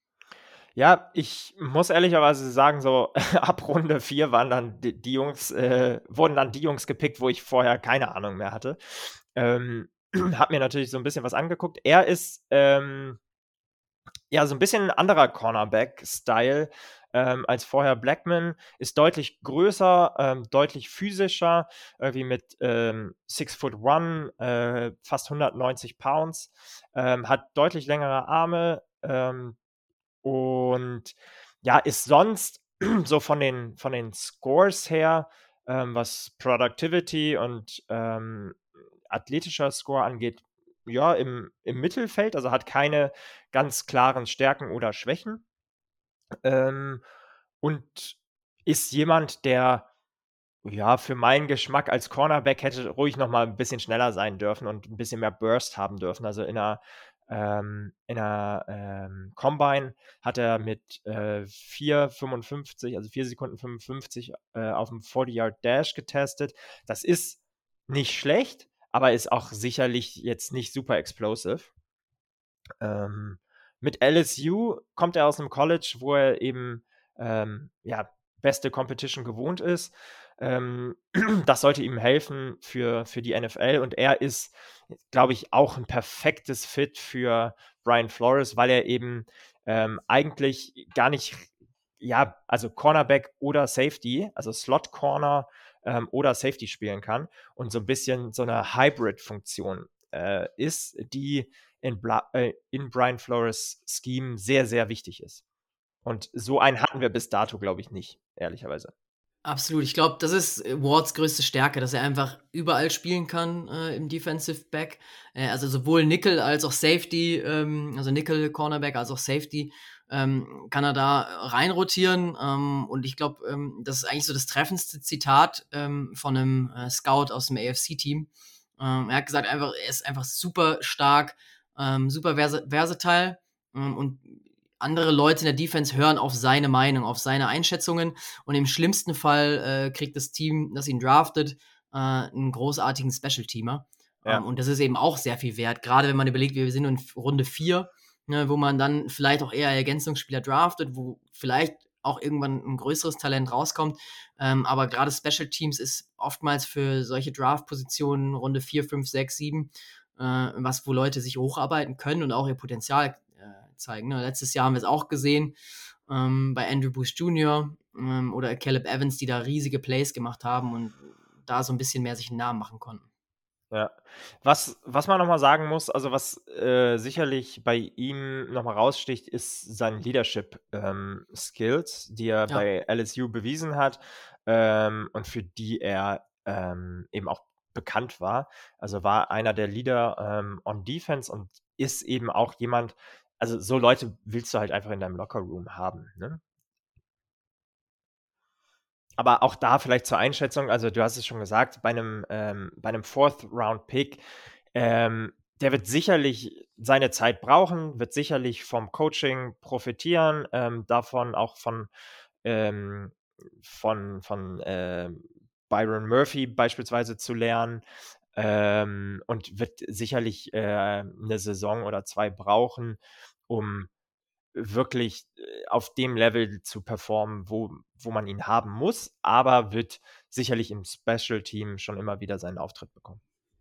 Ja, ich muss ehrlicherweise sagen, so ab Runde vier waren dann die, die Jungs, äh, wurden dann die Jungs gepickt, wo ich vorher keine Ahnung mehr hatte. Ähm, hab mir natürlich so ein bisschen was angeguckt. Er ist ähm, ja so ein bisschen ein anderer Cornerback-Style ähm, als vorher. Blackman ist deutlich größer, ähm, deutlich physischer, irgendwie mit ähm, six foot one, äh, fast hundertneunzig Pounds, ähm, hat deutlich längere Arme, ähm, und ja, ist sonst so von den, von den Scores her, ähm, was Productivity und ähm, athletischer Score angeht, ja, im, im Mittelfeld, also hat keine ganz klaren Stärken oder Schwächen. Ähm, und ist jemand, der ja für meinen Geschmack als Cornerback hätte ruhig noch mal ein bisschen schneller sein dürfen und ein bisschen mehr Burst haben dürfen. Also in einer ähm, in einer ähm, Combine hat er mit äh, vier fünfundfünfzig, also vier Sekunden fünfundfünfzig äh, auf dem forty-Yard-Dash getestet. Das ist nicht schlecht, aber ist auch sicherlich jetzt nicht super explosive. Ähm, mit L S U kommt er aus einem College, wo er eben ähm, ja, beste Competition gewohnt ist. Ähm, das sollte ihm helfen für, für die N F L und er ist, glaube ich, auch ein perfektes Fit für Brian Flores, weil er eben ähm, eigentlich gar nicht, ja, also Cornerback oder Safety, also Slot Corner ähm, oder Safety spielen kann und so ein bisschen so eine Hybrid-Funktion äh, ist, die in, Bla äh, in Brian Flores Scheme sehr, sehr wichtig ist. Und so einen hatten wir bis dato, glaube ich, nicht, ehrlicherweise.
Absolut. Ich glaube, das ist äh, Wards größte Stärke, dass er einfach überall spielen kann äh, im Defensive Back. Äh, also sowohl Nickel als auch Safety, ähm, also Nickel, Cornerback als auch Safety, ähm, kann er da reinrotieren. Ähm, und ich glaube, ähm, das ist eigentlich so das treffendste Zitat ähm, von einem äh, Scout aus dem A F C-Team. Ähm, er hat gesagt, einfach, er ist einfach super stark, ähm, super vers versatile ähm, und andere Leute in der Defense hören auf seine Meinung, auf seine Einschätzungen und im schlimmsten Fall äh, kriegt das Team, das ihn draftet, äh, einen großartigen Special-Teamer.
Ja.
Ähm, und das ist eben auch sehr viel wert, gerade wenn man überlegt, wir sind in Runde vier, ne, wo man dann vielleicht auch eher Ergänzungsspieler draftet, wo vielleicht auch irgendwann ein größeres Talent rauskommt. Ähm, aber gerade Special Teams ist oftmals für solche Draft-Positionen Runde vier, fünf, sechs, sieben, äh, was, wo Leute sich hocharbeiten können und auch ihr Potenzial äh, zeigen. Ne? Letztes Jahr haben wir es auch gesehen ähm, bei Andrew Booth Junior ähm, oder Caleb Evans, die da riesige Plays gemacht haben und da so ein bisschen mehr sich einen Namen machen konnten.
Ja. Was, was man nochmal sagen muss, also was äh, sicherlich bei ihm nochmal raussticht, ist seine Leadership-Skills, ähm, die er
Ja.
bei L S U bewiesen hat ähm, und für die er ähm, eben auch bekannt war. Also war einer der Leader ähm, on Defense und ist eben auch jemand, also so Leute willst du halt einfach in deinem Lockerroom haben, ne? Aber auch da vielleicht zur Einschätzung, also du hast es schon gesagt, bei einem, ähm, bei einem Fourth-Round-Pick, ähm, der wird sicherlich seine Zeit brauchen, wird sicherlich vom Coaching profitieren, ähm, davon auch von, ähm, von, von ähm, Byron Murphy beispielsweise zu lernen ähm, und wird sicherlich äh, eine Saison oder zwei brauchen, um wirklich äh, auf dem Level zu performen, wo, wo man ihn haben muss, aber wird sicherlich im Special Team schon immer wieder seinen Auftritt bekommen.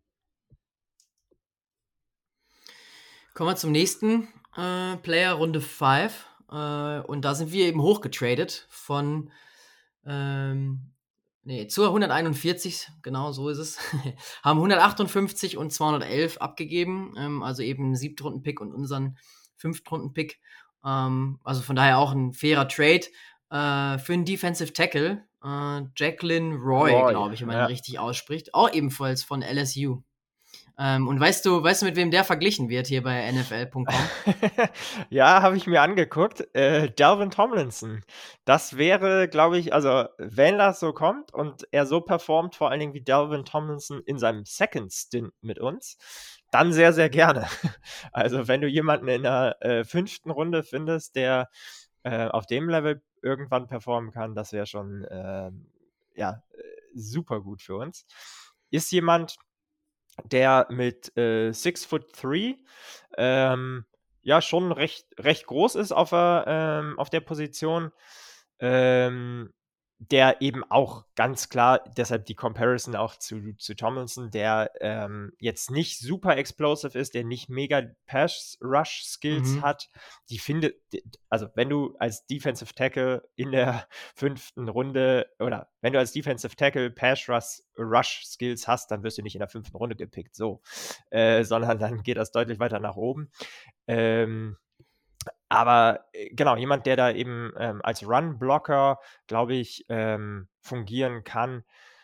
Kommen wir zum nächsten äh, Player, Runde fünf. Äh, und da sind wir eben hochgetradet von ähm, nee, zur hunderteinundvierzig, genau so ist es. Haben hundertachtundfünfzig und zweihundertelf abgegeben, ähm, also eben einen Siebtrunden-Pick und unseren Fünftrunden-Pick. Ähm, also von daher auch ein fairer Trade äh, für einen Defensive Tackle. Äh, Jacqueline Roy,
Roy,
glaube ich, wenn man
ja.
ihn richtig ausspricht. Auch ebenfalls von L S U. Ähm, und weißt du, weißt du, mit wem der verglichen wird hier bei N F L Punkt com?
Ja, habe ich mir angeguckt. Äh, Dalvin Tomlinson. Das wäre, glaube ich, also wenn das so kommt und er so performt, vor allen Dingen wie Dalvin Tomlinson in seinem Second Stint mit uns, dann sehr, sehr gerne. Also wenn du jemanden in der äh, fünften Runde findest, der äh, auf dem Level irgendwann performen kann, das wäre schon äh, ja, äh, super gut für uns. Ist jemand, der mit äh, six foot three ähm, ja schon recht, recht groß ist auf der, ähm, auf der Position, ähm, der eben auch ganz klar, deshalb die Comparison auch zu, zu Tomlinson, der ähm, jetzt nicht super explosive ist, der nicht mega Pass-Rush-Skills
Mhm.
hat, die findet, also wenn du als Defensive Tackle in der fünften Runde oder wenn du als Defensive Tackle Pass-Rush-Skills hast, dann wirst du nicht in der fünften Runde gepickt, so, äh, sondern dann geht das deutlich weiter nach oben. Ähm, aber äh, genau, jemand, der da eben ähm, als Run-Blocker, glaube ich, ähm, fungieren kann.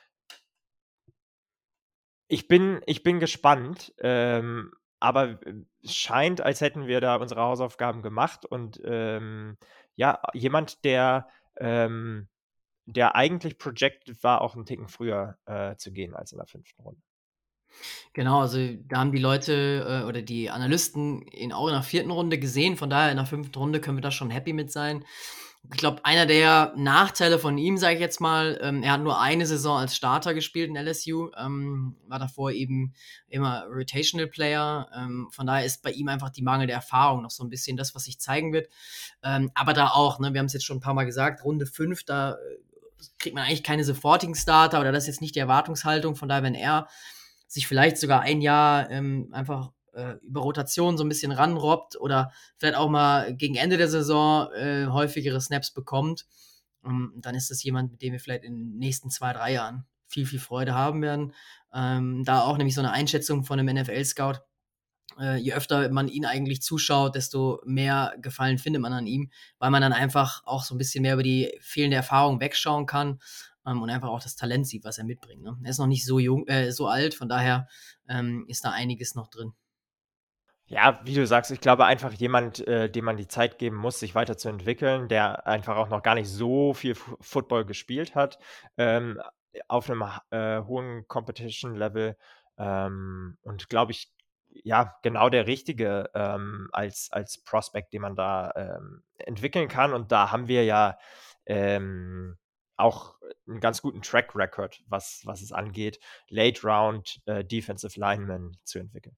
Ich bin, ich bin gespannt, ähm, aber es scheint, als hätten wir da unsere Hausaufgaben gemacht und ähm, ja, jemand, der, ähm, der eigentlich projected war, auch einen Ticken früher äh, zu gehen als in der fünften Runde.
Genau, also da haben die Leute äh, oder die Analysten ihn auch in der vierten Runde gesehen. Von daher in der fünften Runde können wir da schon happy mit sein. Ich glaube, einer der Nachteile von ihm, sage ich jetzt mal, ähm, er hat nur eine Saison als Starter gespielt in L S U, ähm, war davor eben immer Rotational Player. Ähm, von daher ist bei ihm einfach die mangelnde Erfahrung noch so ein bisschen das, was sich zeigen wird. Ähm, aber da auch, ne, wir haben es jetzt schon ein paar Mal gesagt, Runde fünf, da äh, kriegt man eigentlich keine sofortigen Starter oder das ist jetzt nicht die Erwartungshaltung. Von daher, wenn er sich vielleicht sogar ein Jahr ähm, einfach äh, über Rotation so ein bisschen ranrobbt oder vielleicht auch mal gegen Ende der Saison äh, häufigere Snaps bekommt, ähm, dann ist das jemand, mit dem wir vielleicht in den nächsten zwei, drei Jahren viel, viel Freude haben werden. Ähm, da auch nämlich so eine Einschätzung von einem N F L-Scout. Äh, je öfter man ihn eigentlich zuschaut, desto mehr Gefallen findet man an ihm, weil man dann einfach auch so ein bisschen mehr über die fehlende Erfahrung wegschauen kann ähm, und einfach auch das Talent sieht, was er mitbringt. Ne? Er ist noch nicht so jung, äh, so alt, von daher ähm, ist da einiges noch drin.
Ja, wie du sagst, ich glaube einfach jemand, äh, dem man die Zeit geben muss, sich weiterzuentwickeln, der einfach auch noch gar nicht so viel F Football gespielt hat, ähm, auf einem äh, hohen Competition-Level ähm, und glaube ich, ja, genau der Richtige ähm, als, als Prospect, den man da ähm, entwickeln kann. Und da haben wir ja ähm, auch einen ganz guten Track Record, was, was es angeht, Late Round äh, Defensive Linemen zu entwickeln.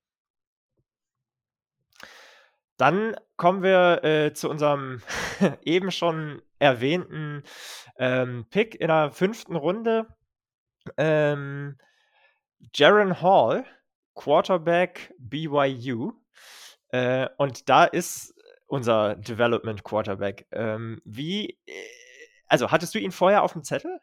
Dann kommen wir äh, zu unserem eben schon erwähnten ähm, Pick in der fünften Runde. Ähm, Jaren Hall, Quarterback B Y U. Äh, und da ist unser Development Quarterback. Ähm, wie, also hattest du ihn vorher auf dem Zettel?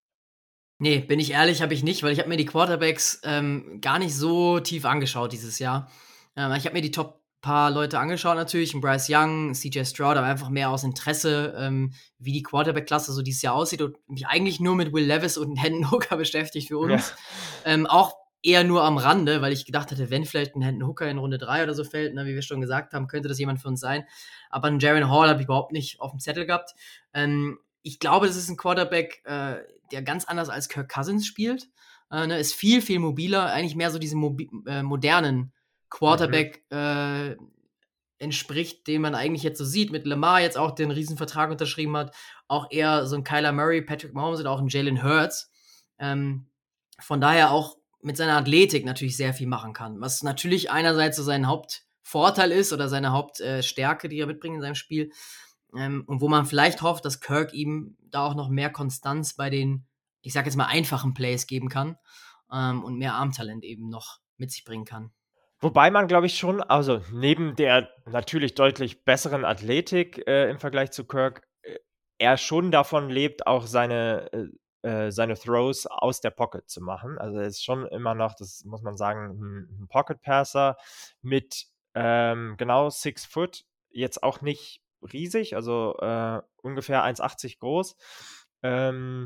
Nee, bin ich ehrlich, habe ich nicht, weil ich habe mir die Quarterbacks ähm, gar nicht so tief angeschaut dieses Jahr. Ähm, ich habe mir die Top paar Leute angeschaut natürlich, Bryce Young, C J Stroud, aber einfach mehr aus Interesse, ähm, wie die Quarterback-Klasse so dieses Jahr aussieht und mich eigentlich nur mit Will Levis und Hendon Hooker beschäftigt für uns. Ja. Ähm, auch eher nur am Rande, weil ich gedacht hatte, wenn vielleicht ein Hendon Hooker in Runde drei oder so fällt, ne, wie wir schon gesagt haben, könnte das jemand für uns sein. Aber einen Jaren Hall habe ich überhaupt nicht auf dem Zettel gehabt. Ähm, ich glaube, das ist ein Quarterback, äh, der ganz anders als Kirk Cousins spielt. Äh, ne, ist viel, viel mobiler, eigentlich mehr so diese mobi- äh, modernen Quarterback mhm. äh, entspricht, den man eigentlich jetzt so sieht, mit Lamar jetzt auch den Riesenvertrag unterschrieben hat, auch eher so ein Kyler Murray, Patrick Mahomes oder auch ein Jalen Hurts. Ähm, von daher auch mit seiner Athletik natürlich sehr viel machen kann, was natürlich einerseits so sein Hauptvorteil ist oder seine Hauptstärke, äh, die er mitbringt in seinem Spiel, ähm, und wo man vielleicht hofft, dass Kirk ihm da auch noch mehr Konstanz bei den, ich sag jetzt mal, einfachen Plays geben kann, ähm, und mehr Armtalent eben noch mit sich bringen kann.
Wobei man, glaube ich, schon, also neben der natürlich deutlich besseren Athletik äh, im Vergleich zu Kirk, äh, er schon davon lebt, auch seine, äh, seine Throws aus der Pocket zu machen. Also er ist schon immer noch, das muss man sagen, ein, ein Pocket-Passer mit ähm, genau six Foot, jetzt auch nicht riesig, also äh, ungefähr eins Komma achtzig groß. Ähm,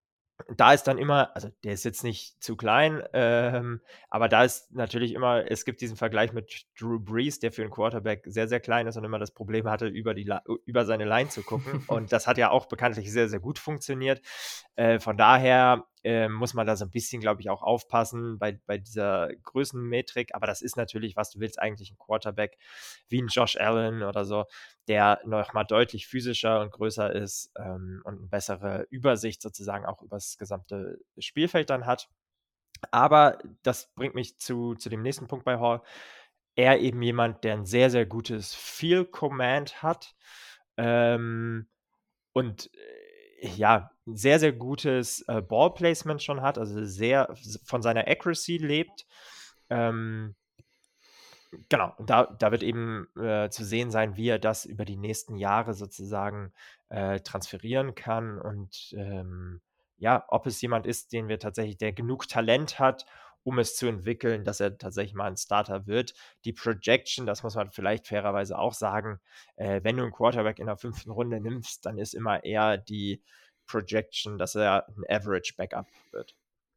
Da ist dann immer, also der ist jetzt nicht zu klein, ähm, aber da ist natürlich immer, es gibt diesen Vergleich mit Drew Brees, der für einen Quarterback sehr, sehr klein ist und immer das Problem hatte, über, die, über seine Line zu gucken. Und das hat ja auch bekanntlich sehr, sehr gut funktioniert. Äh, von daher äh, muss man da so ein bisschen, glaube ich, auch aufpassen bei, bei dieser Größenmetrik. Aber das ist natürlich, was du willst, eigentlich ein Quarterback wie ein Josh Allen oder so, der noch mal deutlich physischer und größer ist ähm, und eine bessere Übersicht sozusagen auch über das gesamte Spielfeld dann hat. Aber das bringt mich zu, zu dem nächsten Punkt bei Hall. Er eben jemand, der ein sehr, sehr gutes Field Command hat ähm, und äh, ja, ein sehr, sehr gutes äh, Ball Placement schon hat, also sehr von seiner Accuracy lebt. Ähm, Genau, und da, da wird eben äh, zu sehen sein, wie er das über die nächsten Jahre sozusagen äh, transferieren kann und ähm, ja, ob es jemand ist, den wir tatsächlich, der genug Talent hat, um es zu entwickeln, dass er tatsächlich mal ein Starter wird. Die Projection, das muss man vielleicht fairerweise auch sagen, äh, wenn du einen Quarterback in der fünften Runde nimmst, dann ist immer eher die Projection, dass er ein Average Backup wird.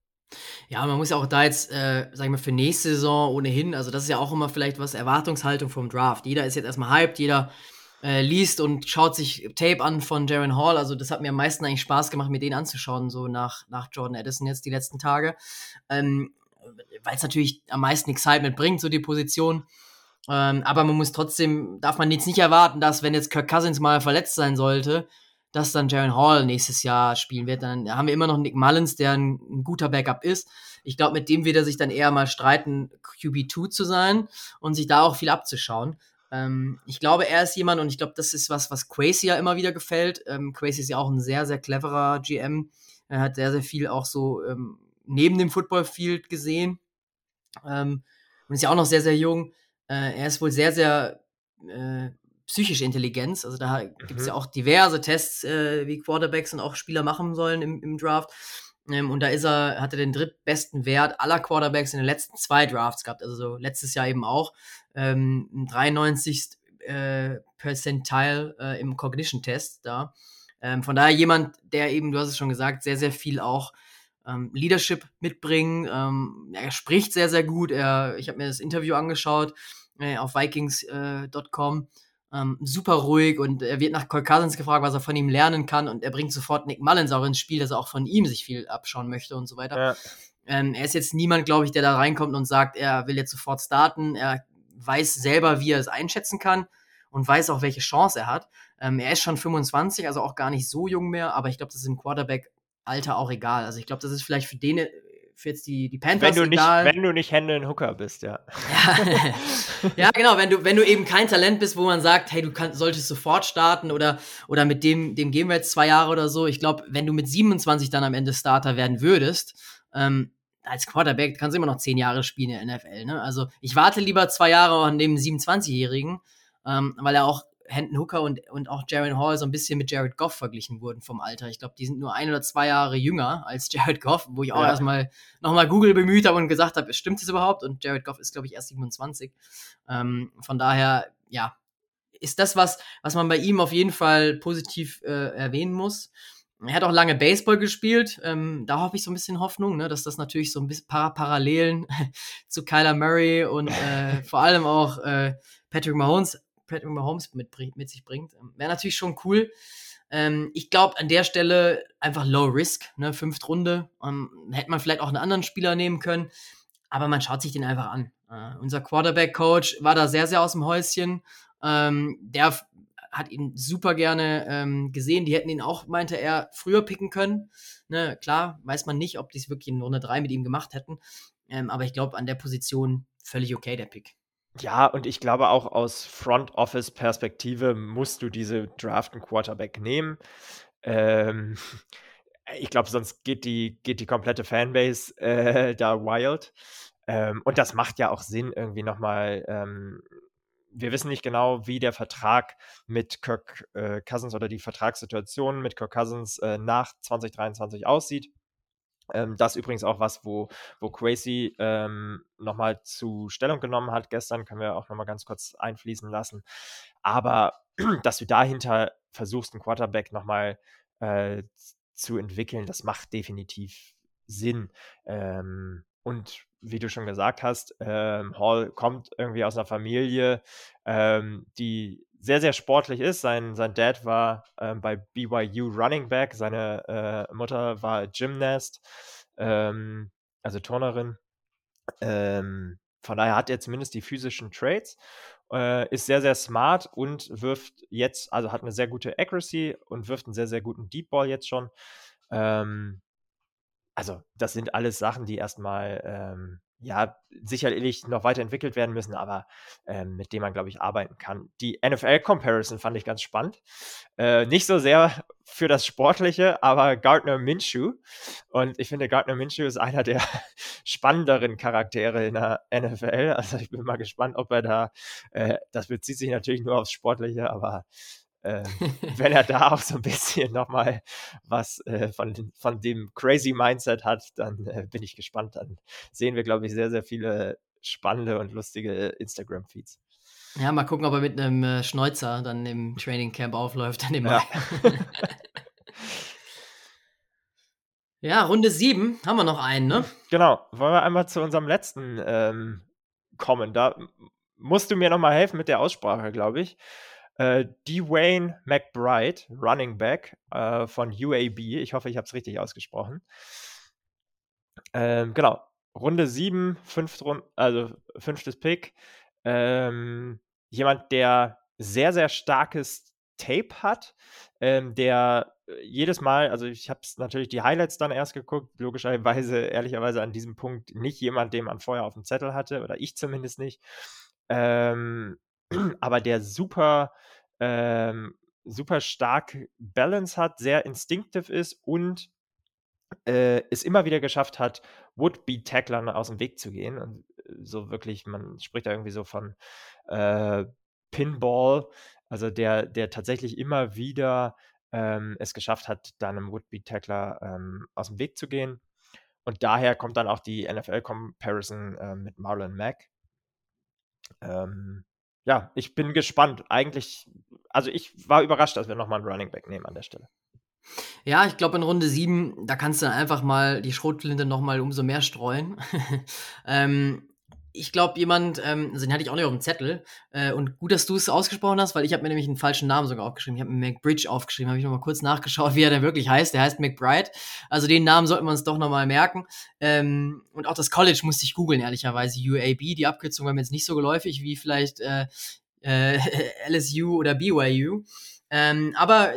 Ja, man muss ja auch da jetzt, äh, sag ich mal, für nächste Saison ohnehin, also das ist ja auch immer vielleicht was Erwartungshaltung vom Draft. Jeder ist jetzt erstmal hyped, jeder äh, liest und schaut sich Tape an von Jaren Hall. Also das hat mir am meisten eigentlich Spaß gemacht, mir den anzuschauen, so nach, nach Jordan Addison jetzt die letzten Tage. Ähm, weil es natürlich am meisten Excitement bringt, so die Position. Ähm, aber man muss trotzdem, darf man jetzt nicht erwarten, dass, wenn jetzt Kirk Cousins mal verletzt sein sollte, dass dann Jaren Hall nächstes Jahr spielen wird. Dann haben wir immer noch Nick Mullins, der ein, ein guter Backup ist. Ich glaube, mit dem wird er sich dann eher mal streiten, Q B zwei zu sein und sich da auch viel abzuschauen. Ähm, ich glaube, er ist jemand, und ich glaube, das ist was, was Kwesi ja immer wieder gefällt. Ähm, Kwesi ist ja auch ein sehr, sehr cleverer G M. Er hat sehr, sehr viel auch so ähm, neben dem Footballfield gesehen. Ähm, und ist ja auch noch sehr, sehr jung. Äh, er ist wohl sehr, sehr äh, psychische Intelligenz. Also da gibt es mhm. ja auch diverse Tests, äh, wie Quarterbacks und auch Spieler machen sollen im, im Draft. Ähm, und da ist er, hat er den drittbesten Wert aller Quarterbacks in den letzten zwei Drafts gehabt. Also so letztes Jahr eben auch. Ähm, dreiundneunzig Äh, Percentile äh, im Cognition-Test da. Ähm, von daher jemand, der eben, du hast es schon gesagt, sehr, sehr viel auch ähm, Leadership mitbringen. Ähm, er spricht sehr, sehr gut. Er, ich habe mir das Interview angeschaut äh, auf Vikings Punkt com. Ähm, super ruhig, und er wird nach Kirk Cousins gefragt, was er von ihm lernen kann, und er bringt sofort Nick Mullins auch ins Spiel, dass er auch von ihm sich viel abschauen möchte und so weiter. Ja. Ähm, er ist jetzt niemand, glaube ich, der da reinkommt und sagt, er will jetzt sofort starten. Er weiß selber, wie er es einschätzen kann und weiß auch, welche Chance er hat. Ähm, er ist schon fünfundzwanzig, also auch gar nicht so jung mehr, aber ich glaube, das ist ein Quarterback, Alter auch egal. Also ich glaube, das ist vielleicht für den, für jetzt die, die Panthers
wenn du nicht,
egal.
Wenn du nicht Hendon Hooker bist, ja.
Ja, ja, genau, wenn du, wenn du eben kein Talent bist, wo man sagt, hey, du kann, solltest sofort starten oder, oder mit dem, dem geben wir jetzt zwei Jahre oder so. Ich glaube, wenn du mit siebenundzwanzig dann am Ende Starter werden würdest, ähm, als Quarterback kannst du immer noch zehn Jahre spielen in der N F L. Ne? Also ich warte lieber zwei Jahre an dem siebenundzwanzigjährigen, ähm, weil er auch Hendon Hooker und, und auch Jaren Hall so ein bisschen mit Jared Goff verglichen wurden vom Alter. Ich glaube, die sind nur ein oder zwei Jahre jünger als Jared Goff, wo ich auch ja. erstmal nochmal Google bemüht habe und gesagt habe, stimmt das überhaupt? Und Jared Goff ist, glaube ich, erst siebenundzwanzig. Ähm, von daher, ja, ist das was, was man bei ihm auf jeden Fall positiv äh, erwähnen muss. Er hat auch lange Baseball gespielt. Ähm, da hoffe ich so ein bisschen Hoffnung, ne, dass das natürlich so ein bisschen paar Parallelen zu Kyler Murray und äh, vor allem auch äh, Patrick Mahomes Patrick Mahomes mit, mit sich bringt. Wäre natürlich schon cool. Ähm, ich glaube, an der Stelle einfach Low Risk, ne, fünfte Runde. Ähm, hätte man vielleicht auch einen anderen Spieler nehmen können, aber man schaut sich den einfach an. Äh, unser Quarterback-Coach war da sehr, sehr aus dem Häuschen. Ähm, der hat ihn super gerne ähm, gesehen. Die hätten ihn auch, meinte er, früher picken können. Ne, klar, weiß man nicht, ob die es wirklich in Runde drei mit ihm gemacht hätten. Ähm, aber ich glaube, an der Position völlig okay, der Pick.
Ja, und ich glaube auch aus Front-Office-Perspektive musst du diese draften Quarterback nehmen. Ähm, ich glaube, sonst geht die, geht die komplette Fanbase äh, da wild. Ähm, und das macht ja auch Sinn, irgendwie nochmal. Ähm, wir wissen nicht genau, wie der Vertrag mit Kirk äh, Cousins oder die Vertragssituation mit Kirk Cousins äh, nach zwanzig dreiundzwanzig aussieht. Ähm, das übrigens auch was, wo, wo Kwesi ähm, nochmal zu Stellung genommen hat gestern, können wir auch nochmal ganz kurz einfließen lassen. Aber dass du dahinter versuchst, einen Quarterback nochmal äh, zu entwickeln, das macht definitiv Sinn. Ähm, und wie du schon gesagt hast, ähm, Hall kommt irgendwie aus einer Familie, ähm, die sehr, sehr sportlich ist. Sein, sein Dad war ähm, bei B Y U Running Back, seine äh, Mutter war Gymnast, ähm, also Turnerin. Ähm, von daher hat er zumindest die physischen Traits, äh, ist sehr, sehr smart und wirft jetzt, also hat eine sehr gute Accuracy und wirft einen sehr, sehr guten Deep Ball jetzt schon. Ähm, also das sind alles Sachen, die erstmal ähm, ja sicherlich noch weiterentwickelt werden müssen, aber ähm, mit denen man, glaube ich, arbeiten kann. Die N F L-Comparison fand ich ganz spannend. Äh, nicht so sehr für das Sportliche, aber Gardner Minshew. Und ich finde, Gardner Minshew ist einer der spannenderen Charaktere in der N F L. Also ich bin mal gespannt, ob er da, äh, das bezieht sich natürlich nur aufs Sportliche, aber ähm, wenn er da auch so ein bisschen nochmal was äh, von, von dem crazy Mindset hat, dann äh, bin ich gespannt. Dann sehen wir, glaube ich, sehr, sehr viele spannende und lustige Instagram-Feeds.
Ja, mal gucken, ob er mit einem äh, Schnäuzer dann im Training Camp aufläuft. Dann im
Ja.
Ja, Runde sieben haben wir noch einen, ne?
Genau. Wollen wir einmal zu unserem letzten ähm, kommen? Da musst du mir nochmal helfen mit der Aussprache, glaube ich. Äh, Dwayne McBride, Running Back äh, von U A B. Ich hoffe, ich habe es richtig ausgesprochen. Ähm, genau. Runde sieben, fünft Rund, also fünftes Pick. Ähm, jemand, der sehr, sehr starkes Tape hat, ähm, der jedes Mal, also ich habe natürlich die Highlights dann erst geguckt, logischerweise, ehrlicherweise an diesem Punkt nicht jemand, den man vorher auf dem Zettel hatte, oder ich zumindest nicht, ähm, aber der super, ähm, super stark Balance hat, sehr instinctive ist und äh, es immer wieder geschafft hat, Would-Be-Tacklern aus dem Weg zu gehen und so wirklich, man spricht da irgendwie so von äh, Pinball, also der, der tatsächlich immer wieder ähm, es geschafft hat, dann einem Would-Be-Tackler ähm, aus dem Weg zu gehen. Und daher kommt dann auch die N F L-Comparison äh, mit Marlon Mack. Ähm, ja, ich bin gespannt. Eigentlich, also ich war überrascht, dass wir nochmal einen Running Back nehmen an der Stelle.
Ja, ich glaube, in Runde sieben, da kannst du dann einfach mal die Schrotflinte noch mal umso mehr streuen. ähm, ich glaube, jemand, ähm, also den hatte ich auch nicht auf dem Zettel. Äh, und gut, dass du es ausgesprochen hast, weil ich habe mir nämlich einen falschen Namen sogar aufgeschrieben. Ich habe mir McBridge aufgeschrieben, habe ich noch mal kurz nachgeschaut, wie er denn wirklich heißt. Der heißt McBride. Also den Namen sollten wir uns doch noch mal merken. Ähm, und auch das College musste ich googeln, ehrlicherweise. U A B, die Abkürzung war mir jetzt nicht so geläufig wie vielleicht äh, äh, L S U oder B Y U. Ähm, aber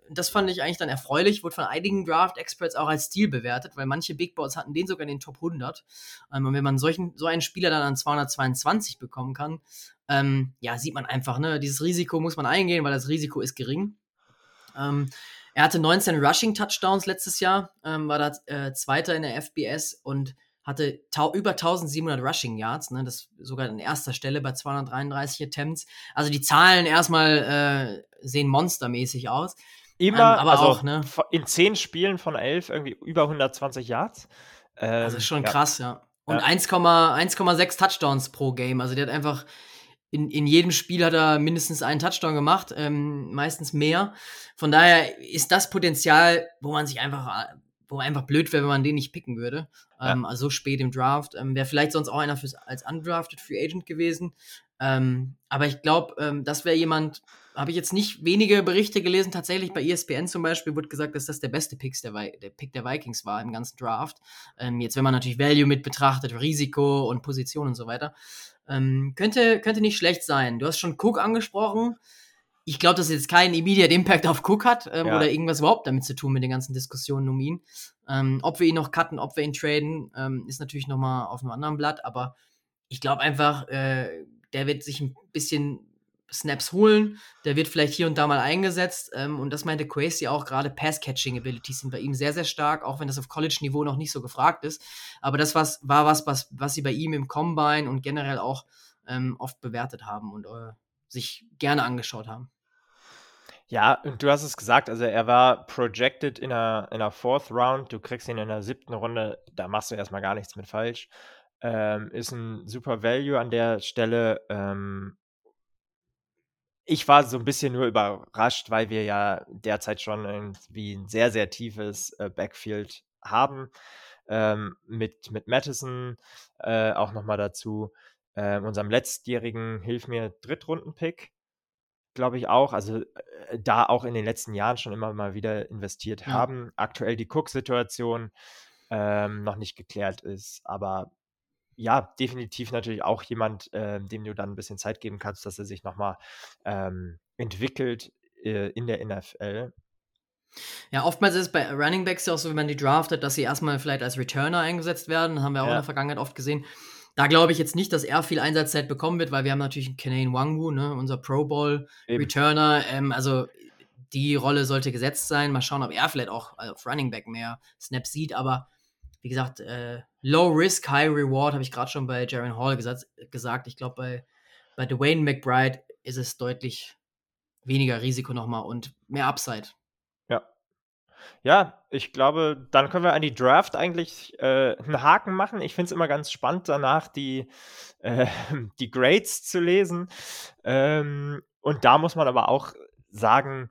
das fand ich eigentlich dann erfreulich, wurde von einigen Draft-Experts auch als Stil bewertet, weil manche Big Boards hatten den sogar in den Top hundert. Ähm, und wenn man solchen, so einen Spieler dann an zweihundertzweiundzwanzig bekommen kann, ähm, ja, sieht man einfach, ne, dieses Risiko muss man eingehen, weil das Risiko ist gering. Ähm, er hatte neunzehn Rushing-Touchdowns letztes Jahr, ähm, war da äh, Zweiter in der F B S und hatte tau- über eintausendsiebenhundert Rushing Yards, ne, das sogar an erster Stelle bei zweihundertdreiunddreißig Attempts. Also die Zahlen erstmal äh, sehen monstermäßig aus.
Immer,
ähm, aber
also
auch, ne,
in zehn Spielen von elf irgendwie über hundertzwanzig Yards. Ähm,
also schon
ja.
krass, ja. Und
Ja.
eins Komma sechs Touchdowns pro Game. Also der hat einfach in, in jedem Spiel hat er mindestens einen Touchdown gemacht, ähm, meistens mehr. Von daher ist das Potenzial, wo man sich einfach, wo einfach blöd wäre, wenn man den nicht picken würde.
Ja.
Ähm, also so spät im Draft. Ähm, wäre vielleicht sonst auch einer fürs, als undrafted Free Agent gewesen. Ähm, aber ich glaube, ähm, das wäre jemand, habe ich jetzt nicht wenige Berichte gelesen, tatsächlich bei E S P N zum Beispiel wurde gesagt, dass das der beste Picks der, Vi- der Pick der Vikings war im ganzen Draft. Ähm, jetzt, wenn man natürlich Value mit betrachtet, Risiko und Position und so weiter. Ähm, könnte, könnte nicht schlecht sein. Du hast schon Cook angesprochen. Ich glaube, dass jetzt kein Immediate Impact auf Cook hat ähm,
Ja.
oder irgendwas überhaupt damit zu tun mit den ganzen Diskussionen um ihn. Ähm, ob wir ihn noch cutten, ob wir ihn traden, ähm, ist natürlich nochmal auf einem anderen Blatt, aber ich glaube einfach, äh, der wird sich ein bisschen Snaps holen, der wird vielleicht hier und da mal eingesetzt ähm, und das meinte Kwesi auch, gerade Pass-Catching-Abilities sind bei ihm sehr, sehr stark, auch wenn das auf College-Niveau noch nicht so gefragt ist, aber das was, war was, was, was sie bei ihm im Combine und generell auch ähm, oft bewertet haben und äh, sich gerne angeschaut haben.
Ja, und du hast es gesagt, also er war projected in einer, in einer Fourth Round, du kriegst ihn in der siebten Runde, da machst du erstmal gar nichts mit falsch. Ähm, ist ein super Value an der Stelle. Ähm, ich war so ein bisschen nur überrascht, weil wir ja derzeit schon irgendwie ein sehr, sehr tiefes äh, Backfield haben. Ähm, mit, mit Madison äh, auch nochmal dazu. Ähm, unserem letztjährigen, hilf mir, Drittrunden-Pick, glaube ich auch. Also äh, da auch in den letzten Jahren schon immer mal wieder investiert
Ja.
haben. Aktuell die Cook-Situation ähm, noch nicht geklärt ist, aber ja, definitiv natürlich auch jemand, äh, dem du dann ein bisschen Zeit geben kannst, dass er sich nochmal ähm, entwickelt äh, in der N F L.
Ja, oftmals ist es bei Running Backs ja auch so, wenn man die draftet, dass sie erstmal vielleicht als Returner eingesetzt werden. Das haben wir auch
Ja.
in der Vergangenheit oft gesehen. Da glaube ich jetzt nicht, dass er viel Einsatzzeit bekommen wird, weil wir haben natürlich einen Kenane Wangwu, ne, unser Pro Bowl
Eben.
Returner. Ähm, also die Rolle sollte gesetzt sein. Mal schauen, ob er vielleicht auch auf Running Back mehr Snaps sieht. Aber wie gesagt, äh, Low Risk, High Reward, habe ich gerade schon bei Jaren Hall gesagt. gesagt. Ich glaube, bei, bei Dwayne McBride ist es deutlich weniger Risiko nochmal und mehr Upside.
Ja. Ja, ich glaube, dann können wir an die Draft eigentlich äh, einen Haken machen. Ich finde es immer ganz spannend, danach die, äh, die Grades zu lesen. Ähm, und da muss man aber auch sagen,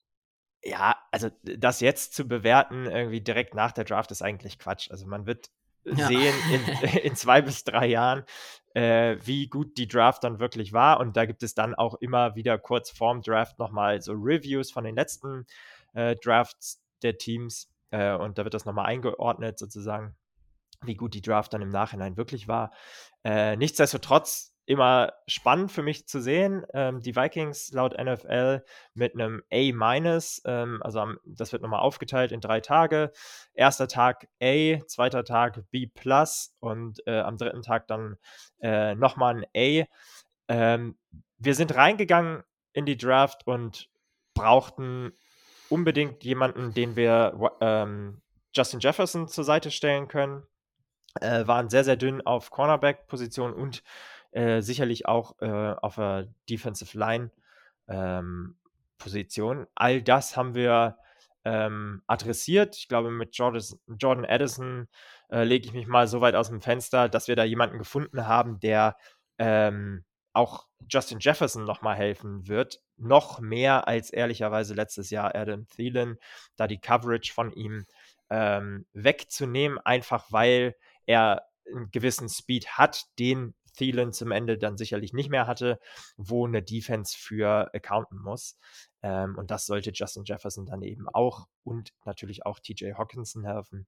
ja, also das jetzt zu bewerten, irgendwie direkt nach der Draft, ist eigentlich Quatsch. Also man wird
Ja.
sehen in, in zwei bis drei Jahren, äh, wie gut die Draft dann wirklich war. Und da gibt es dann auch immer wieder kurz vorm Draft nochmal so Reviews von den letzten äh, Drafts der Teams. Äh, und da wird das nochmal eingeordnet, sozusagen, wie gut die Draft dann im Nachhinein wirklich war. Äh, nichtsdestotrotz immer spannend für mich zu sehen. Ähm, die Vikings laut N F L mit einem A-, ähm, also am, das wird nochmal aufgeteilt in drei Tage. Erster Tag A, zweiter Tag B plus und äh, am dritten Tag dann äh, nochmal ein A. Ähm, wir sind reingegangen in die Draft und brauchten unbedingt jemanden, den wir ähm, Justin Jefferson zur Seite stellen können. Äh, waren sehr, sehr dünn auf Cornerback-Position und äh, sicherlich auch äh, auf der Defensive Line ähm, Position. All das haben wir ähm, adressiert. Ich glaube, mit Jordan, Jordan Addison äh, lege ich mich mal so weit aus dem Fenster, dass wir da jemanden gefunden haben, der ähm, auch Justin Jefferson nochmal helfen wird. Noch mehr als ehrlicherweise letztes Jahr Adam Thielen, da die Coverage von ihm ähm, wegzunehmen, einfach weil er einen gewissen Speed hat, den Thielen zum Ende dann sicherlich nicht mehr hatte, wo eine Defense für accounten muss. Ähm, und das sollte Justin Jefferson dann eben auch und natürlich auch T J Hockenson helfen.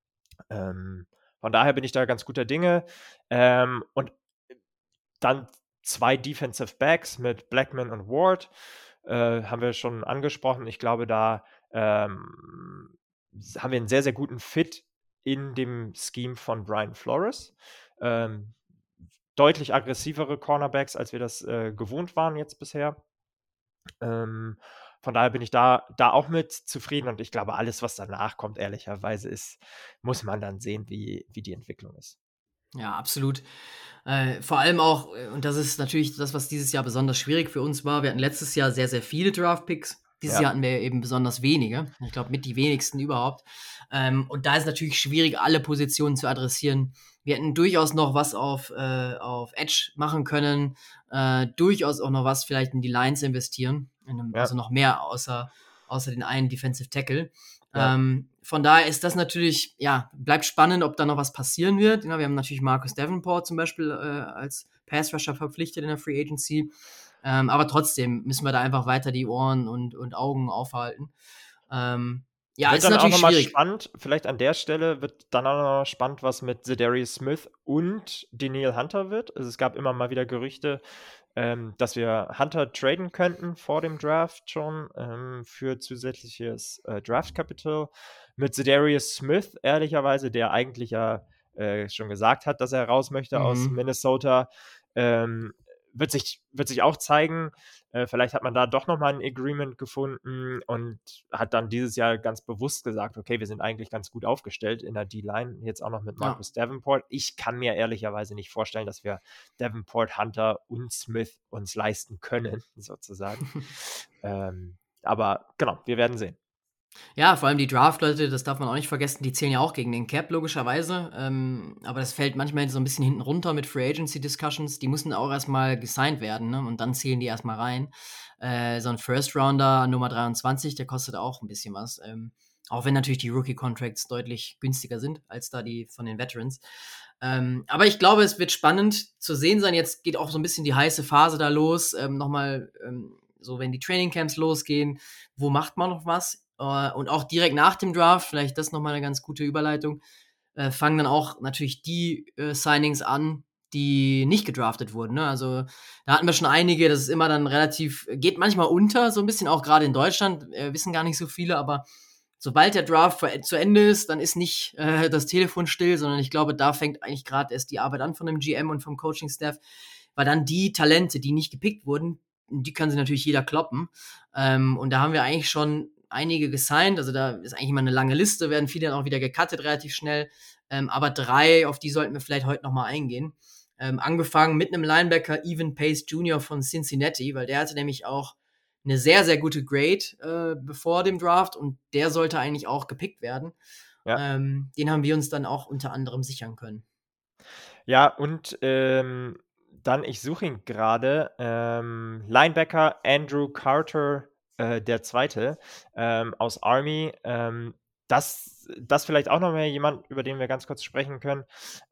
Ähm, von daher bin ich da ganz guter Dinge. Ähm, und dann zwei Defensive Backs mit Blackman und Ward. äh, haben wir schon angesprochen. Ich glaube, da ähm, haben wir einen sehr, sehr guten Fit in dem Scheme von Brian Flores. Ähm, deutlich aggressivere Cornerbacks, als wir das äh, gewohnt waren jetzt bisher. Ähm, von daher bin ich da, da auch mit zufrieden und ich glaube, alles, was danach kommt, ehrlicherweise ist, muss man dann sehen, wie, wie die Entwicklung ist.
Ja, absolut. Äh, vor allem auch, und das ist natürlich das, was dieses Jahr besonders schwierig für uns war, wir hatten letztes Jahr sehr, sehr viele Draft-Picks. Dieses
Ja.
Jahr hatten wir eben besonders wenige. Ich glaube, mit die wenigsten überhaupt. Ähm, und da ist natürlich schwierig, alle Positionen zu adressieren. Wir hätten durchaus noch was auf, äh, auf Edge machen können, äh, durchaus auch noch was vielleicht in die Lines investieren. In einem,
Ja.
Also noch mehr außer, außer den einen Defensive Tackle.
Ja.
Ähm, von daher ist das natürlich, ja, bleibt spannend, ob da noch was passieren wird. Ja, wir haben natürlich Marcus Davenport zum Beispiel äh, als Pass-Rusher verpflichtet in der Free Agency. Ähm, aber trotzdem müssen wir da einfach weiter die Ohren und, und Augen aufhalten. Ähm, ja,
wird
ist
dann
natürlich
auch nochmal
schwierig.
spannend, vielleicht an der Stelle wird dann auch nochmal spannend, was mit Za'Darius Smith und Danielle Hunter wird. Also es gab immer mal wieder Gerüchte, ähm, dass wir Hunter traden könnten vor dem Draft schon ähm, für zusätzliches äh, Draft-Capital. Mit Za'Darius Smith, ehrlicherweise, der eigentlich ja äh, schon gesagt hat, dass er raus möchte
Mhm.
aus Minnesota, ähm, wird sich, wird sich auch zeigen. Äh, vielleicht hat man da doch nochmal ein Agreement gefunden und hat dann dieses Jahr ganz bewusst gesagt, okay, wir sind eigentlich ganz gut aufgestellt in der D-Line, jetzt auch noch mit Marcus ja. Davenport. Ich kann mir ehrlicherweise nicht vorstellen, dass wir Davenport, Hunter und Smith uns leisten können, sozusagen. ähm, aber genau, wir werden sehen.
Ja, vor allem die Draft-Leute, das darf man auch nicht vergessen, die zählen ja auch gegen den Cap, logischerweise. Ähm, aber das fällt manchmal so ein bisschen hinten runter mit Free Agency-Discussions. Die müssen auch erstmal gesigned werden, ne? Und dann zählen die erstmal rein. Äh, so ein First-Rounder, Nummer dreiundzwanzig, der kostet auch ein bisschen was. Ähm, auch wenn natürlich die Rookie-Contracts deutlich günstiger sind als da die von den Veterans. Ähm, aber ich glaube, es wird spannend zu sehen sein. Jetzt geht auch so ein bisschen die heiße Phase da los. Ähm, nochmal, ähm, so wenn die Trainingcamps losgehen, wo macht man noch was? Uh, und auch direkt nach dem Draft, vielleicht das nochmal eine ganz gute Überleitung, äh, fangen dann auch natürlich die äh, Signings an, die nicht gedraftet wurden. Ne? Also da hatten wir schon einige, das ist immer dann relativ, geht manchmal unter, so ein bisschen auch gerade in Deutschland, äh, wissen gar nicht so viele, aber sobald der Draft zu Ende ist, dann ist nicht äh, das Telefon still, sondern ich glaube, da fängt eigentlich gerade erst die Arbeit an von dem G M und vom Coaching-Staff, weil dann die Talente, die nicht gepickt wurden, die kann sich natürlich jeder kloppen. Ähm, und da haben wir eigentlich schon einige gesigned, also da ist eigentlich immer eine lange Liste, werden viele dann auch wieder gecuttet relativ schnell, ähm, aber drei, auf die sollten wir vielleicht heute nochmal eingehen. Ähm, angefangen mit einem Linebacker, Evan Pace Junior von Cincinnati, weil der hatte nämlich auch eine sehr, sehr gute Grade äh, bevor dem Draft und der sollte eigentlich auch gepickt werden. Ja. Ähm, den haben wir uns dann auch unter anderem sichern können.
Ja, und ähm, dann, ich suche ihn gerade, ähm, Linebacker Andrew Carter, äh, der Zweite, ähm, aus Army. Ähm, das, das vielleicht auch noch mal jemand, über den wir ganz kurz sprechen können,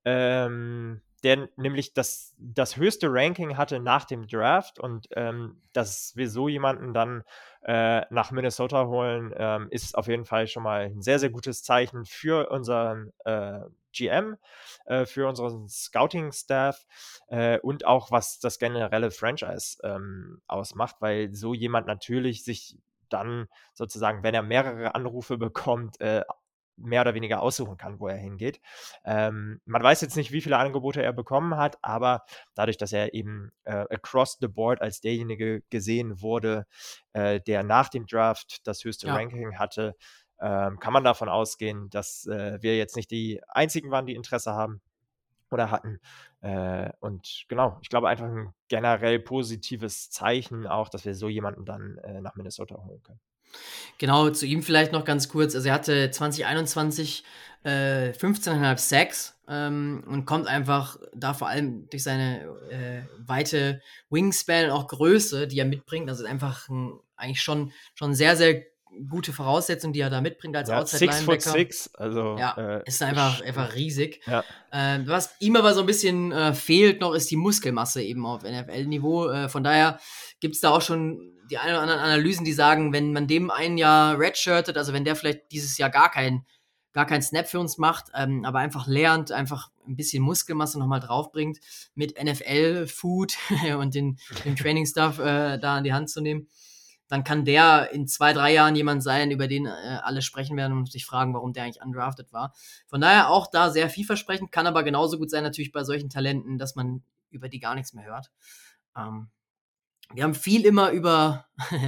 ähm, der nämlich das, das höchste Ranking hatte nach dem Draft und ähm, dass wir so jemanden dann äh, nach Minnesota holen, ähm, ist auf jeden Fall schon mal ein sehr, sehr gutes Zeichen für unseren äh, G M, äh, für unseren Scouting-Staff äh, und auch was das generelle Franchise ähm, ausmacht, weil so jemand natürlich sich dann sozusagen, wenn er mehrere Anrufe bekommt, äh, mehr oder weniger aussuchen kann, wo er hingeht. Ähm, man weiß jetzt nicht, wie viele Angebote er bekommen hat, aber dadurch, dass er eben äh, across the board als derjenige gesehen wurde, äh, der nach dem Draft das höchste ja. Ranking hatte, ähm, kann man davon ausgehen, dass äh, wir jetzt nicht die einzigen waren, die Interesse haben oder hatten. Äh, und genau, ich glaube einfach ein generell positives Zeichen auch, dass wir so jemanden dann äh, nach Minnesota holen können.
Genau, zu ihm vielleicht noch ganz kurz. Also er hatte zwanzig einundzwanzig äh, fünfzehn Komma fünf Sacks ähm, und kommt einfach da vor allem durch seine äh, weite Wingspan und auch Größe, die er mitbringt. Also einfach ein, eigentlich schon, schon sehr, sehr gute Voraussetzung, die er da mitbringt als
ja,
Outside-Linebacker.
six foot six, also
ja,
äh,
ist einfach, einfach riesig.
Ja.
Äh, was ihm aber so ein bisschen äh, fehlt noch, ist die Muskelmasse eben auf N F L-Niveau. Äh, von daher gibt es da auch schon die ein oder anderen Analysen, die sagen, wenn man dem ein Jahr redshirtet, also wenn der vielleicht dieses Jahr gar keinen gar kein Snap für uns macht, ähm, aber einfach lernt, einfach ein bisschen Muskelmasse nochmal draufbringt, mit N F L-Food und den, den Training-Stuff äh, da an die Hand zu nehmen, dann kann der in zwei, drei Jahren jemand sein, über den äh, alle sprechen werden und sich fragen, warum der eigentlich undrafted war. Von daher auch da sehr vielversprechend, kann aber genauso gut sein natürlich bei solchen Talenten, dass man über die gar nichts mehr hört. Ähm, wir haben viel immer über,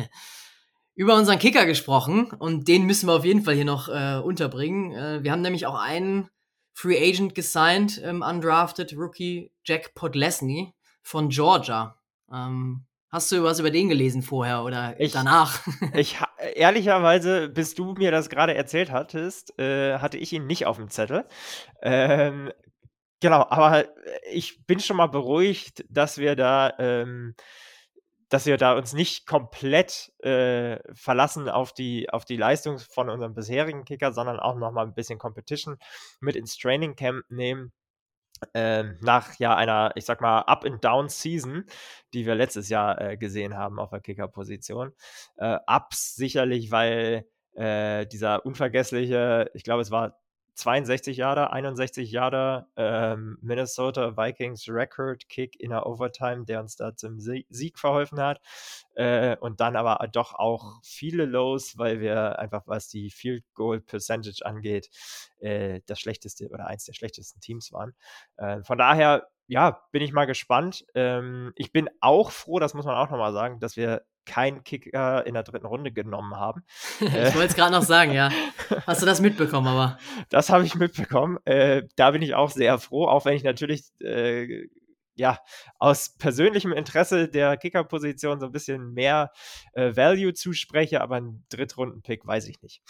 über unseren Kicker gesprochen und den müssen wir auf jeden Fall hier noch äh, unterbringen. Äh, wir haben nämlich auch einen Free Agent gesigned, ähm, undrafted Rookie, Jack Podlesny von Georgia. Ähm, Hast du was über den gelesen vorher oder
Ich-
danach?
Ich, ha- ehrlicherweise, bis du mir das gerade erzählt hattest, äh, hatte ich ihn nicht auf dem Zettel. Ähm, genau, aber ich bin schon mal beruhigt, dass wir da, ähm, dass wir da uns nicht komplett äh, verlassen auf die, auf die Leistung von unserem bisherigen Kicker, sondern auch noch mal ein bisschen Competition mit ins Training Camp nehmen. Ähm, nach ja einer, ich sag mal, Up-and-Down-Season, die wir letztes Jahr äh, gesehen haben auf der Kicker-Position. Äh, Ups sicherlich, weil äh, dieser unvergessliche, ich glaube, es war zweiundsechzig Yarder, einundsechzig Yarder ähm, Minnesota Vikings Record Kick in der Overtime, der uns da zum Sie- Sieg verholfen hat. Äh, und dann aber doch auch viele Lows, weil wir einfach, was die Field Goal Percentage angeht, äh, das schlechteste oder eins der schlechtesten Teams waren. Äh, von daher, ja, bin ich mal gespannt. Ähm, ich bin auch froh, das muss man auch nochmal sagen, dass wir keinen Kicker in der dritten Runde genommen haben.
Ich wollte es gerade noch sagen, ja. Hast du das mitbekommen, aber?
Das habe ich mitbekommen. Äh, da bin ich auch sehr froh, auch wenn ich natürlich äh, ja, aus persönlichem Interesse der Kicker-Position so ein bisschen mehr äh, Value zuspreche, aber einen Drittrunden-Pick weiß ich nicht.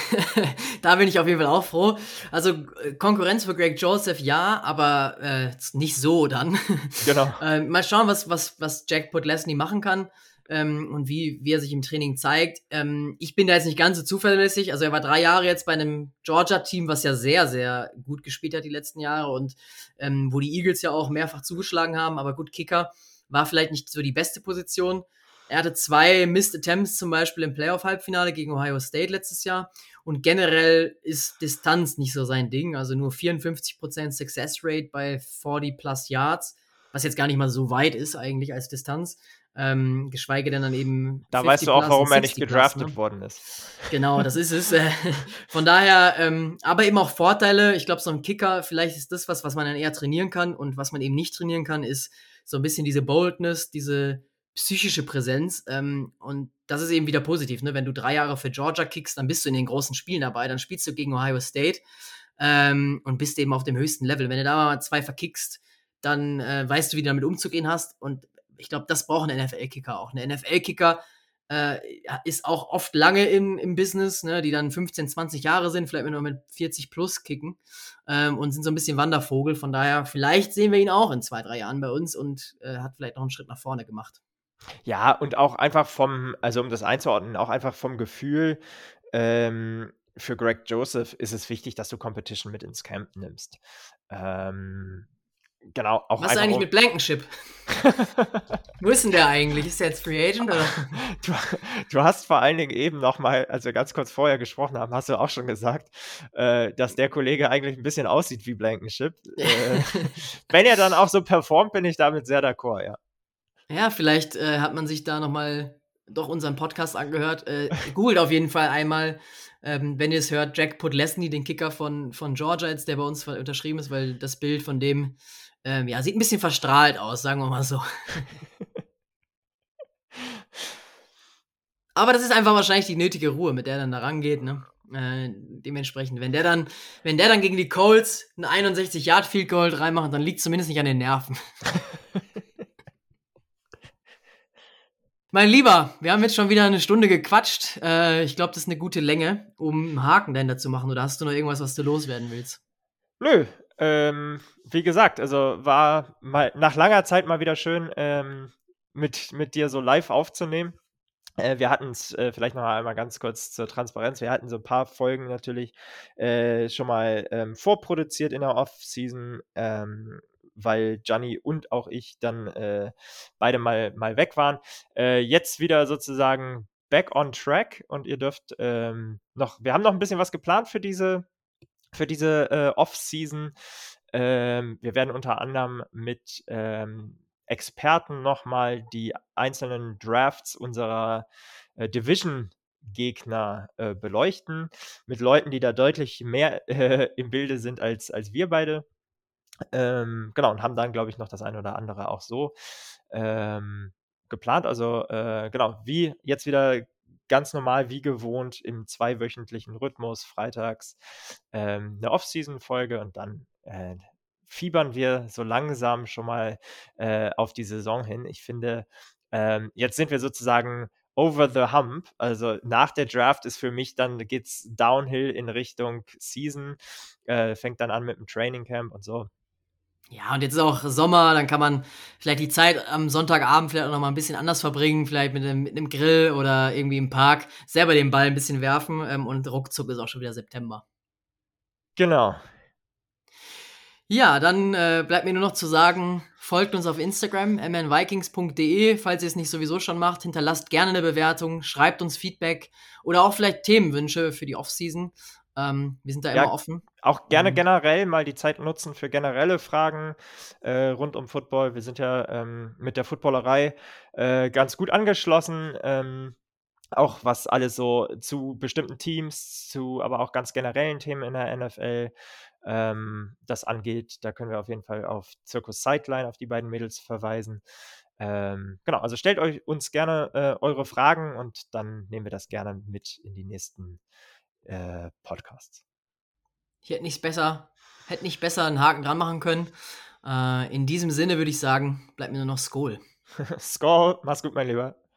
Da bin ich auf jeden Fall auch froh. Also äh, Konkurrenz für Greg Joseph, ja, aber äh, nicht so dann.
Genau.
äh, mal schauen, was, was, was Jack Podlesny machen kann ähm, und wie, wie er sich im Training zeigt. Ähm, ich bin da jetzt nicht ganz so zuverlässig. Also er war drei Jahre jetzt bei einem Georgia-Team, was ja sehr, sehr gut gespielt hat die letzten Jahre und ähm, wo die Eagles ja auch mehrfach zugeschlagen haben. Aber gut, Kicker war vielleicht nicht so die beste Position. Er hatte zwei Missed Attempts zum Beispiel im Playoff-Halbfinale gegen Ohio State letztes Jahr. Und generell ist Distanz nicht so sein Ding. Also nur vierundfünfzig Prozent Success Rate bei vierzig plus Yards, was jetzt gar nicht mal so weit ist eigentlich als Distanz. Ähm, geschweige denn dann eben
Da weißt du auch, warum er nicht gedraftet
plus, ne?
worden ist.
Genau, das ist es. Von daher, ähm, aber eben auch Vorteile. Ich glaube, so ein Kicker, vielleicht ist das was, was man dann eher trainieren kann. Und was man eben nicht trainieren kann, ist so ein bisschen diese Boldness, diese psychische Präsenz. Ähm, und das ist eben wieder positiv. Ne? Wenn du drei Jahre für Georgia kickst, dann bist du in den großen Spielen dabei. Dann spielst du gegen Ohio State ähm, und bist eben auf dem höchsten Level. Wenn du da mal zwei verkickst, dann äh, weißt du, wie du damit umzugehen hast. Und ich glaube, das braucht ein N F L-Kicker auch. Ein N F L-Kicker äh, ist auch oft lange im, im Business, ne, die dann fünfzehn, zwanzig Jahre sind, vielleicht nur mit vierzig plus kicken ähm, und sind so ein bisschen Wandervogel. Von daher, vielleicht sehen wir ihn auch in zwei, drei Jahren bei uns und äh, hat vielleicht noch einen Schritt nach vorne gemacht.
Ja, und auch einfach vom, also um das einzuordnen, auch einfach vom Gefühl, ähm, für Greg Joseph ist es wichtig, dass du Competition mit ins Camp nimmst. Ähm, genau, auch
Was ist
einfach
eigentlich
um-
mit Blankenship? Wo ist denn der eigentlich? Ist der jetzt Free Agent oder?
Du, du hast vor allen Dingen eben noch mal, als wir ganz kurz vorher gesprochen haben, hast du auch schon gesagt, äh, dass der Kollege eigentlich ein bisschen aussieht wie Blankenship. Äh, wenn er dann auch so performt, bin ich damit sehr d'accord, ja.
Ja, vielleicht äh, hat man sich da nochmal doch unseren Podcast angehört. Äh, googelt auf jeden Fall einmal, ähm, wenn ihr es hört, Jack Podlesny, den Kicker von, von Georgia, jetzt, der bei uns unterschrieben ist, weil das Bild von dem ähm, ja, sieht ein bisschen verstrahlt aus, sagen wir mal so. Aber das ist einfach wahrscheinlich die nötige Ruhe, mit der er dann da rangeht, ne? Äh, dementsprechend, wenn der dann, wenn der dann gegen die Colts ein einundsechzig Yard Field Goal reinmacht, dann liegt zumindest nicht an den Nerven. Mein Lieber, wir haben jetzt schon wieder eine Stunde gequatscht. Äh, ich glaube, das ist eine gute Länge, um einen Haken dahinter zu machen. Oder hast du noch irgendwas, was du loswerden willst?
Nö, ähm, wie gesagt, also war mal nach langer Zeit mal wieder schön, ähm, mit, mit dir so live aufzunehmen. Äh, wir hatten es äh, vielleicht noch einmal ganz kurz zur Transparenz. Wir hatten so ein paar Folgen natürlich äh, schon mal ähm, vorproduziert in der Off-Season, ähm, weil Gianni und auch ich dann äh, beide mal, mal weg waren. Äh, jetzt wieder sozusagen back on track und ihr dürft ähm, noch, wir haben noch ein bisschen was geplant für diese, für diese äh, Off-Season. Ähm, wir werden unter anderem mit ähm, Experten nochmal die einzelnen Drafts unserer äh, Division-Gegner äh, beleuchten, mit Leuten, die da deutlich mehr äh, im Bilde sind als, als wir beide. Ähm, genau, und haben dann, glaube ich, noch das eine oder andere auch so ähm, geplant. Also äh, genau, wie jetzt wieder ganz normal wie gewohnt im zweiwöchentlichen Rhythmus, freitags ähm, eine Off-Season-Folge und dann äh, fiebern wir so langsam schon mal äh, auf die Saison hin. Ich finde, ähm, jetzt sind wir sozusagen over the hump. Also nach der Draft ist für mich dann, geht's downhill in Richtung Season, äh, fängt dann an mit dem Training Camp und so.
Ja, und jetzt ist auch Sommer, dann kann man vielleicht die Zeit am Sonntagabend vielleicht auch noch mal ein bisschen anders verbringen, vielleicht mit einem, mit einem Grill oder irgendwie im Park, selber den Ball ein bisschen werfen ähm, und ruckzuck ist auch schon wieder September.
Genau.
Ja, dann äh, bleibt mir nur noch zu sagen, folgt uns auf Instagram, m n vikings punkt d e, falls ihr es nicht sowieso schon macht. Hinterlasst gerne eine Bewertung, schreibt uns Feedback oder auch vielleicht Themenwünsche für die Offseason. Ähm, wir sind da
Ja,
immer offen.
Auch gerne
Und
generell mal die Zeit nutzen für generelle Fragen äh, rund um Football. Wir sind ja ähm, mit der Footballerei äh, ganz gut angeschlossen. Ähm, auch was alles so zu bestimmten Teams, zu aber auch ganz generellen Themen in der N F L ähm, das angeht. Da können wir auf jeden Fall auf Circus Sideline, auf die beiden Mädels verweisen. Ähm, genau, also stellt euch uns gerne äh, eure Fragen und dann nehmen wir das gerne mit in die nächsten äh, Podcasts.
ich hätte nichts besser, hätte nicht besser einen Haken dran machen können. Äh, in diesem Sinne würde ich sagen, bleibt mir nur noch Skol.
Skol, mach's gut, mein Lieber.